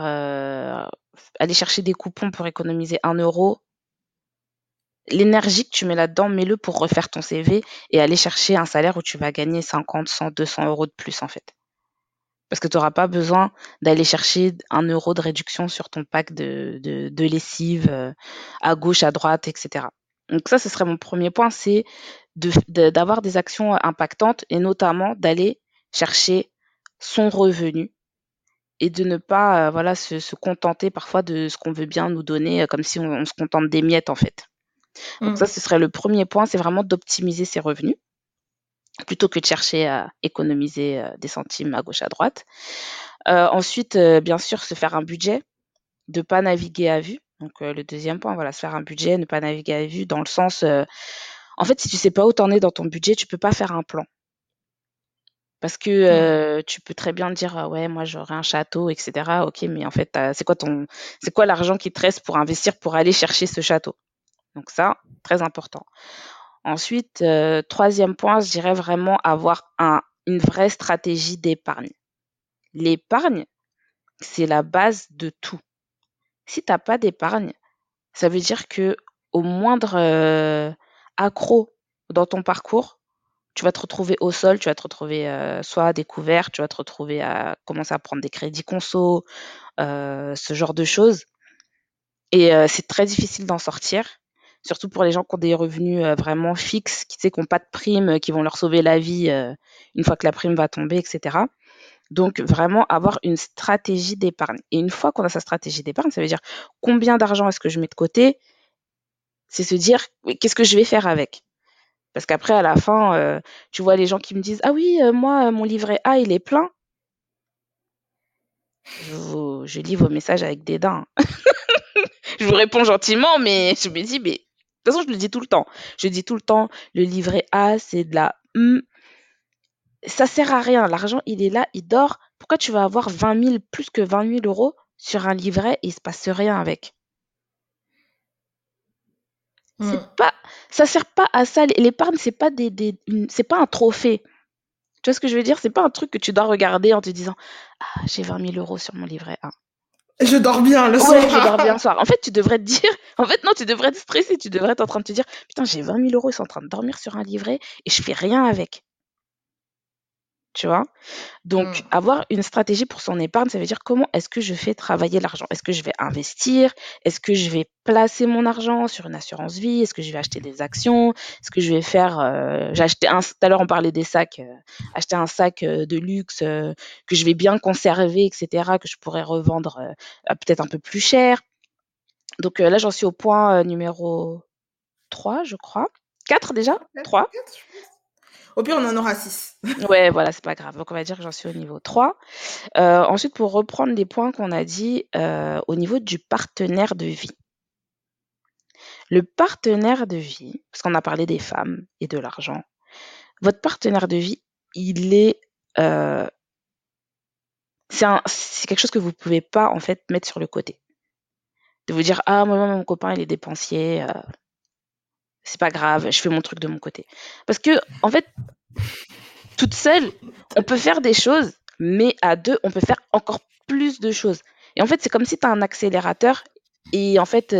aller chercher des coupons pour économiser 1 euro. L'énergie que tu mets là-dedans, mets-le pour refaire ton CV et aller chercher un salaire où tu vas gagner 50, 100, 200 euros de plus, en fait. Parce que tu n'auras pas besoin d'aller chercher 1 euro de réduction sur ton pack de lessive à gauche, à droite, etc. Donc ça, ce serait mon premier point, c'est d'avoir des actions impactantes et notamment d'aller chercher son revenu et de ne pas voilà, se contenter parfois de ce qu'on veut bien nous donner, comme si on se contente des miettes en fait. Donc ça,
Mm.
ce serait le premier point, c'est vraiment d'optimiser ses revenus plutôt que de chercher à économiser des centimes à gauche, à droite. Ensuite, bien sûr, se faire un budget, de pas naviguer à vue. Donc, le deuxième point, voilà, se faire un budget, ne pas naviguer à vue dans le sens, en fait, si tu sais pas où t'en es dans ton budget, tu peux pas faire un plan. Parce que
Mm.
tu peux très bien dire, ah ouais, moi j'aurais un château, etc. Ok, mais en fait, c'est quoi l'argent qui te reste pour investir pour aller chercher ce château? Donc ça, très important. Ensuite, troisième point, je dirais vraiment avoir une vraie stratégie d'épargne. L'épargne, c'est la base de tout. Si tu as pas d'épargne, ça veut dire que au moindre accroc dans ton parcours, tu vas te retrouver au sol, tu vas te retrouver soit à découvert, tu vas te retrouver à commencer à prendre des crédits conso, ce genre de choses. Et c'est très difficile d'en sortir, surtout pour les gens qui ont des revenus vraiment fixes, qui n'ont pas de primes, qui vont leur sauver la vie une fois que la prime va tomber, etc. Donc, vraiment avoir une stratégie d'épargne. Et une fois qu'on a sa stratégie d'épargne, ça veut dire combien d'argent est-ce que je mets de côté. C'est se dire qu'est-ce que je vais faire avec. Parce qu'après, à la fin, tu vois les gens qui me disent ah oui, moi, mon livret A, il est plein. Je lis vos messages avec dédain. Je vous réponds gentiment, mais je me dis, mais de toute façon, je le dis tout le temps. Je dis tout le temps, le livret A, c'est de la ça sert à rien. L'argent, il est là, il dort. Pourquoi tu vas avoir 20 000, plus que 20 000 euros sur un livret et il se passe rien avec? C'est
Mm.
pas, ça sert pas à ça. L'épargne, c'est pas c'est pas un trophée. Tu vois ce que je veux dire? C'est pas un truc que tu dois regarder en te disant, ah, j'ai 20 000 euros sur mon livret A.
Je dors bien le
Ouais, je dors bien le
soir.
soir. En fait, tu devrais te dire, en fait, non, tu devrais te stresser. Tu devrais être en train de te dire, putain, j'ai 20 000 euros, ils sont en train de dormir sur un livret et je fais rien avec. Tu vois? Donc,
Mm.
avoir une stratégie pour son épargne, ça veut dire comment est-ce que je fais travailler l'argent? Est-ce que je vais investir? Est-ce que je vais placer mon argent sur une assurance vie? Est-ce que je vais acheter des actions? Est-ce que je vais faire, tout à l'heure on parlait des sacs, acheter un sac de luxe que je vais bien conserver, etc., que je pourrais revendre peut-être un peu plus cher. Donc là, j'en suis au point numéro 3, je crois. 4 déjà? 3?
Au pire, on en aura 6.
Ouais, voilà, c'est pas grave. Donc, on va dire que j'en suis au niveau 3. Ensuite, pour reprendre les points qu'on a dit, au niveau du partenaire de vie. Le partenaire de vie, parce qu'on a parlé des femmes et de l'argent, votre partenaire de vie, il est, c'est quelque chose que vous pouvez pas, en fait, mettre sur le côté. De vous dire: «Ah, moi, mon copain, il est dépensier, c'est pas grave, je fais mon truc de mon côté». Parce que, en fait, toute seule, on peut faire des choses, mais à 2, on peut faire encore plus de choses. Et en fait, c'est comme si tu as un accélérateur et en fait,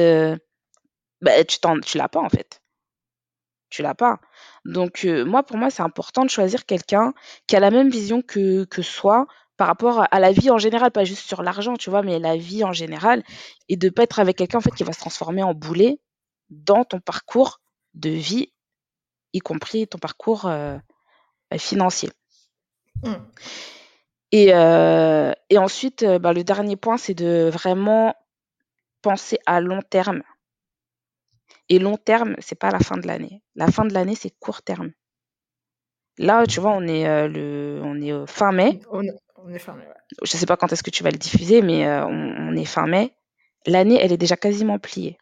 tu l'as pas, en fait. Tu l'as pas. Donc, moi, pour moi, c'est important de choisir quelqu'un qui a la même vision que soi par rapport à la vie en général, pas juste sur l'argent, tu vois, mais la vie en général, et de pas être avec quelqu'un, en fait, qui va se transformer en boulet dans ton parcours de vie, y compris ton parcours, financier.
Mmh.
Et ensuite, le dernier point, c'est de vraiment penser à long terme. Et long terme, c'est pas la fin de l'année. La fin de l'année, c'est court terme. Là, tu vois, on est fin mai.
On est fermé, ouais.
Je sais pas quand est-ce que tu vas le diffuser, mais on est fin mai. L'année, elle est déjà quasiment pliée.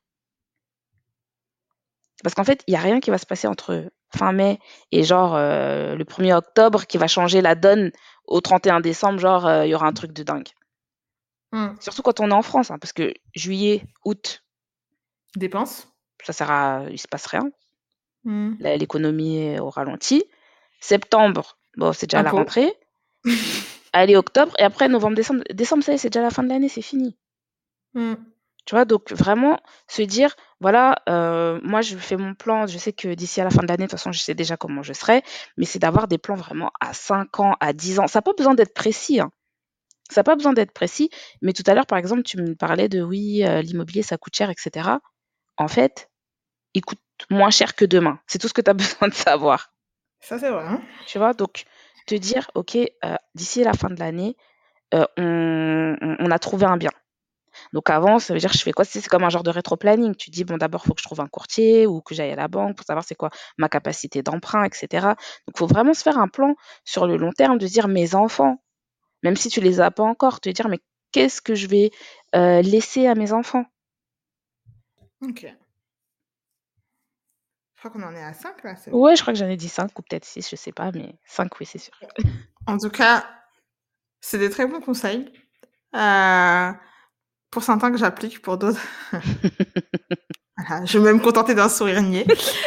Parce qu'en fait, il y a rien qui va se passer entre fin mai et genre le 1er octobre qui va changer la donne au 31 décembre, genre il y aura un truc de dingue.
Mmh.
Surtout quand on est en France, hein, parce que juillet, août,
Dépenses.
il se passe rien.
Mmh.
L'économie est au ralenti. Septembre, bon, c'est déjà la
Impôt.
rentrée. Allez, octobre, et après novembre, décembre. Décembre, ça y est, c'est déjà la fin de l'année, c'est fini.
Mmh.
Tu vois, donc vraiment se dire, voilà, moi je fais mon plan, je sais que d'ici à la fin de l'année, de toute façon, je sais déjà comment je serai, mais c'est d'avoir des plans vraiment à 5 ans, à 10 ans. Ça n'a pas besoin d'être précis, hein. Ça n'a pas besoin d'être précis, mais tout à l'heure, par exemple, tu me parlais de oui, l'immobilier, ça coûte cher, etc. En fait, il coûte moins cher que demain. C'est tout ce que tu as besoin de savoir.
Ça, c'est vrai, hein.
Tu vois, donc te dire, ok, d'ici la fin de l'année, on a trouvé un bien. Donc avant, ça veut dire, je fais quoi? C'est comme un genre de rétro-planning. Tu dis, bon, d'abord, il faut que je trouve un courtier ou que j'aille à la banque pour savoir c'est quoi ma capacité d'emprunt, etc. Donc, il faut vraiment se faire un plan sur le long terme, de dire, mes enfants, même si tu les as pas encore, te dire, mais qu'est-ce que je vais laisser à mes enfants?
Ok. Je crois qu'on en est à 5 là, c'est bon.
Ouais, je crois que j'en ai dit 5 ou peut-être 6, je sais pas, mais 5, oui, c'est sûr.
En tout cas, c'est des très bons conseils. Pour certains que j'applique, pour d'autres, voilà, je vais même me contenter d'un sourire niais.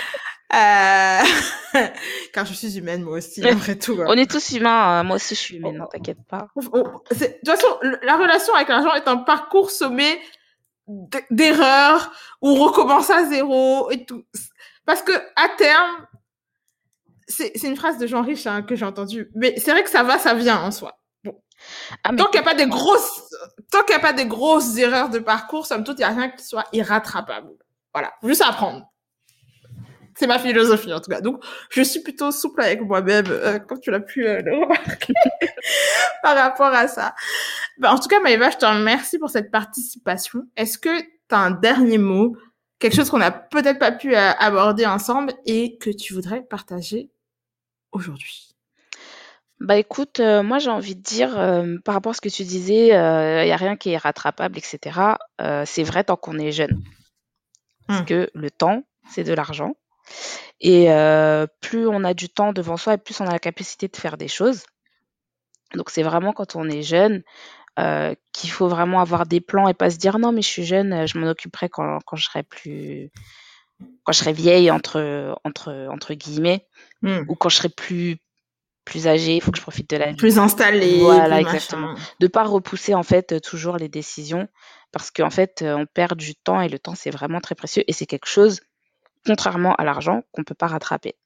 Car je suis humaine, moi aussi, après tout.
On est tous humains, moi aussi je suis humaine, non, t'inquiète pas.
De toute façon, la relation avec l'argent est un parcours semé d'erreurs, où on recommence à zéro et tout. Parce que à terme, c'est une phrase de Jean Riche hein, que j'ai entendue, mais c'est vrai que ça va, ça vient en soi. Bon. Tant qu'il n'y a pas des grosses erreurs de parcours, somme toute, il n'y a rien qui soit irrattrapable. Voilà, juste à apprendre. C'est ma philosophie en tout cas. Donc, je suis plutôt souple avec moi-même, comme tu l'as pu le remarquer, par rapport à ça. En tout cas, Maëva, je te remercie pour cette participation. Est-ce que tu as un dernier mot, quelque chose qu'on n'a peut-être pas pu aborder ensemble et que tu voudrais partager aujourd'hui?
Bah écoute, moi j'ai envie de dire, par rapport à ce que tu disais, il y a rien qui est rattrapable, etc. C'est vrai tant qu'on est jeune. Parce que le temps, c'est de l'argent. Et plus on a du temps devant soi et plus on a la capacité de faire des choses. Donc c'est vraiment quand on est jeune, qu'il faut vraiment avoir des plans et pas se dire: «Non mais je suis jeune, je m'en occuperai quand je serai vieille» entre guillemets, ou quand je serai plus âgée, il faut que je profite de la vie.
Plus installée,
Voilà,
plus
exactement.
machin.
De pas repousser en fait toujours les décisions parce qu'en fait, on perd du temps et le temps c'est vraiment très précieux et c'est quelque chose, contrairement à l'argent, qu'on peut pas rattraper.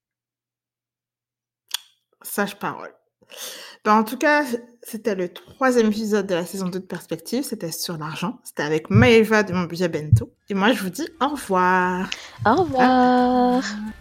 Sage parole. En tout cas, c'était le 3e épisode de la saison 2 de Perspective. C'était sur l'argent. C'était avec Maëva de Mon Budget Bento. Et moi, je vous dis au revoir.
Au revoir.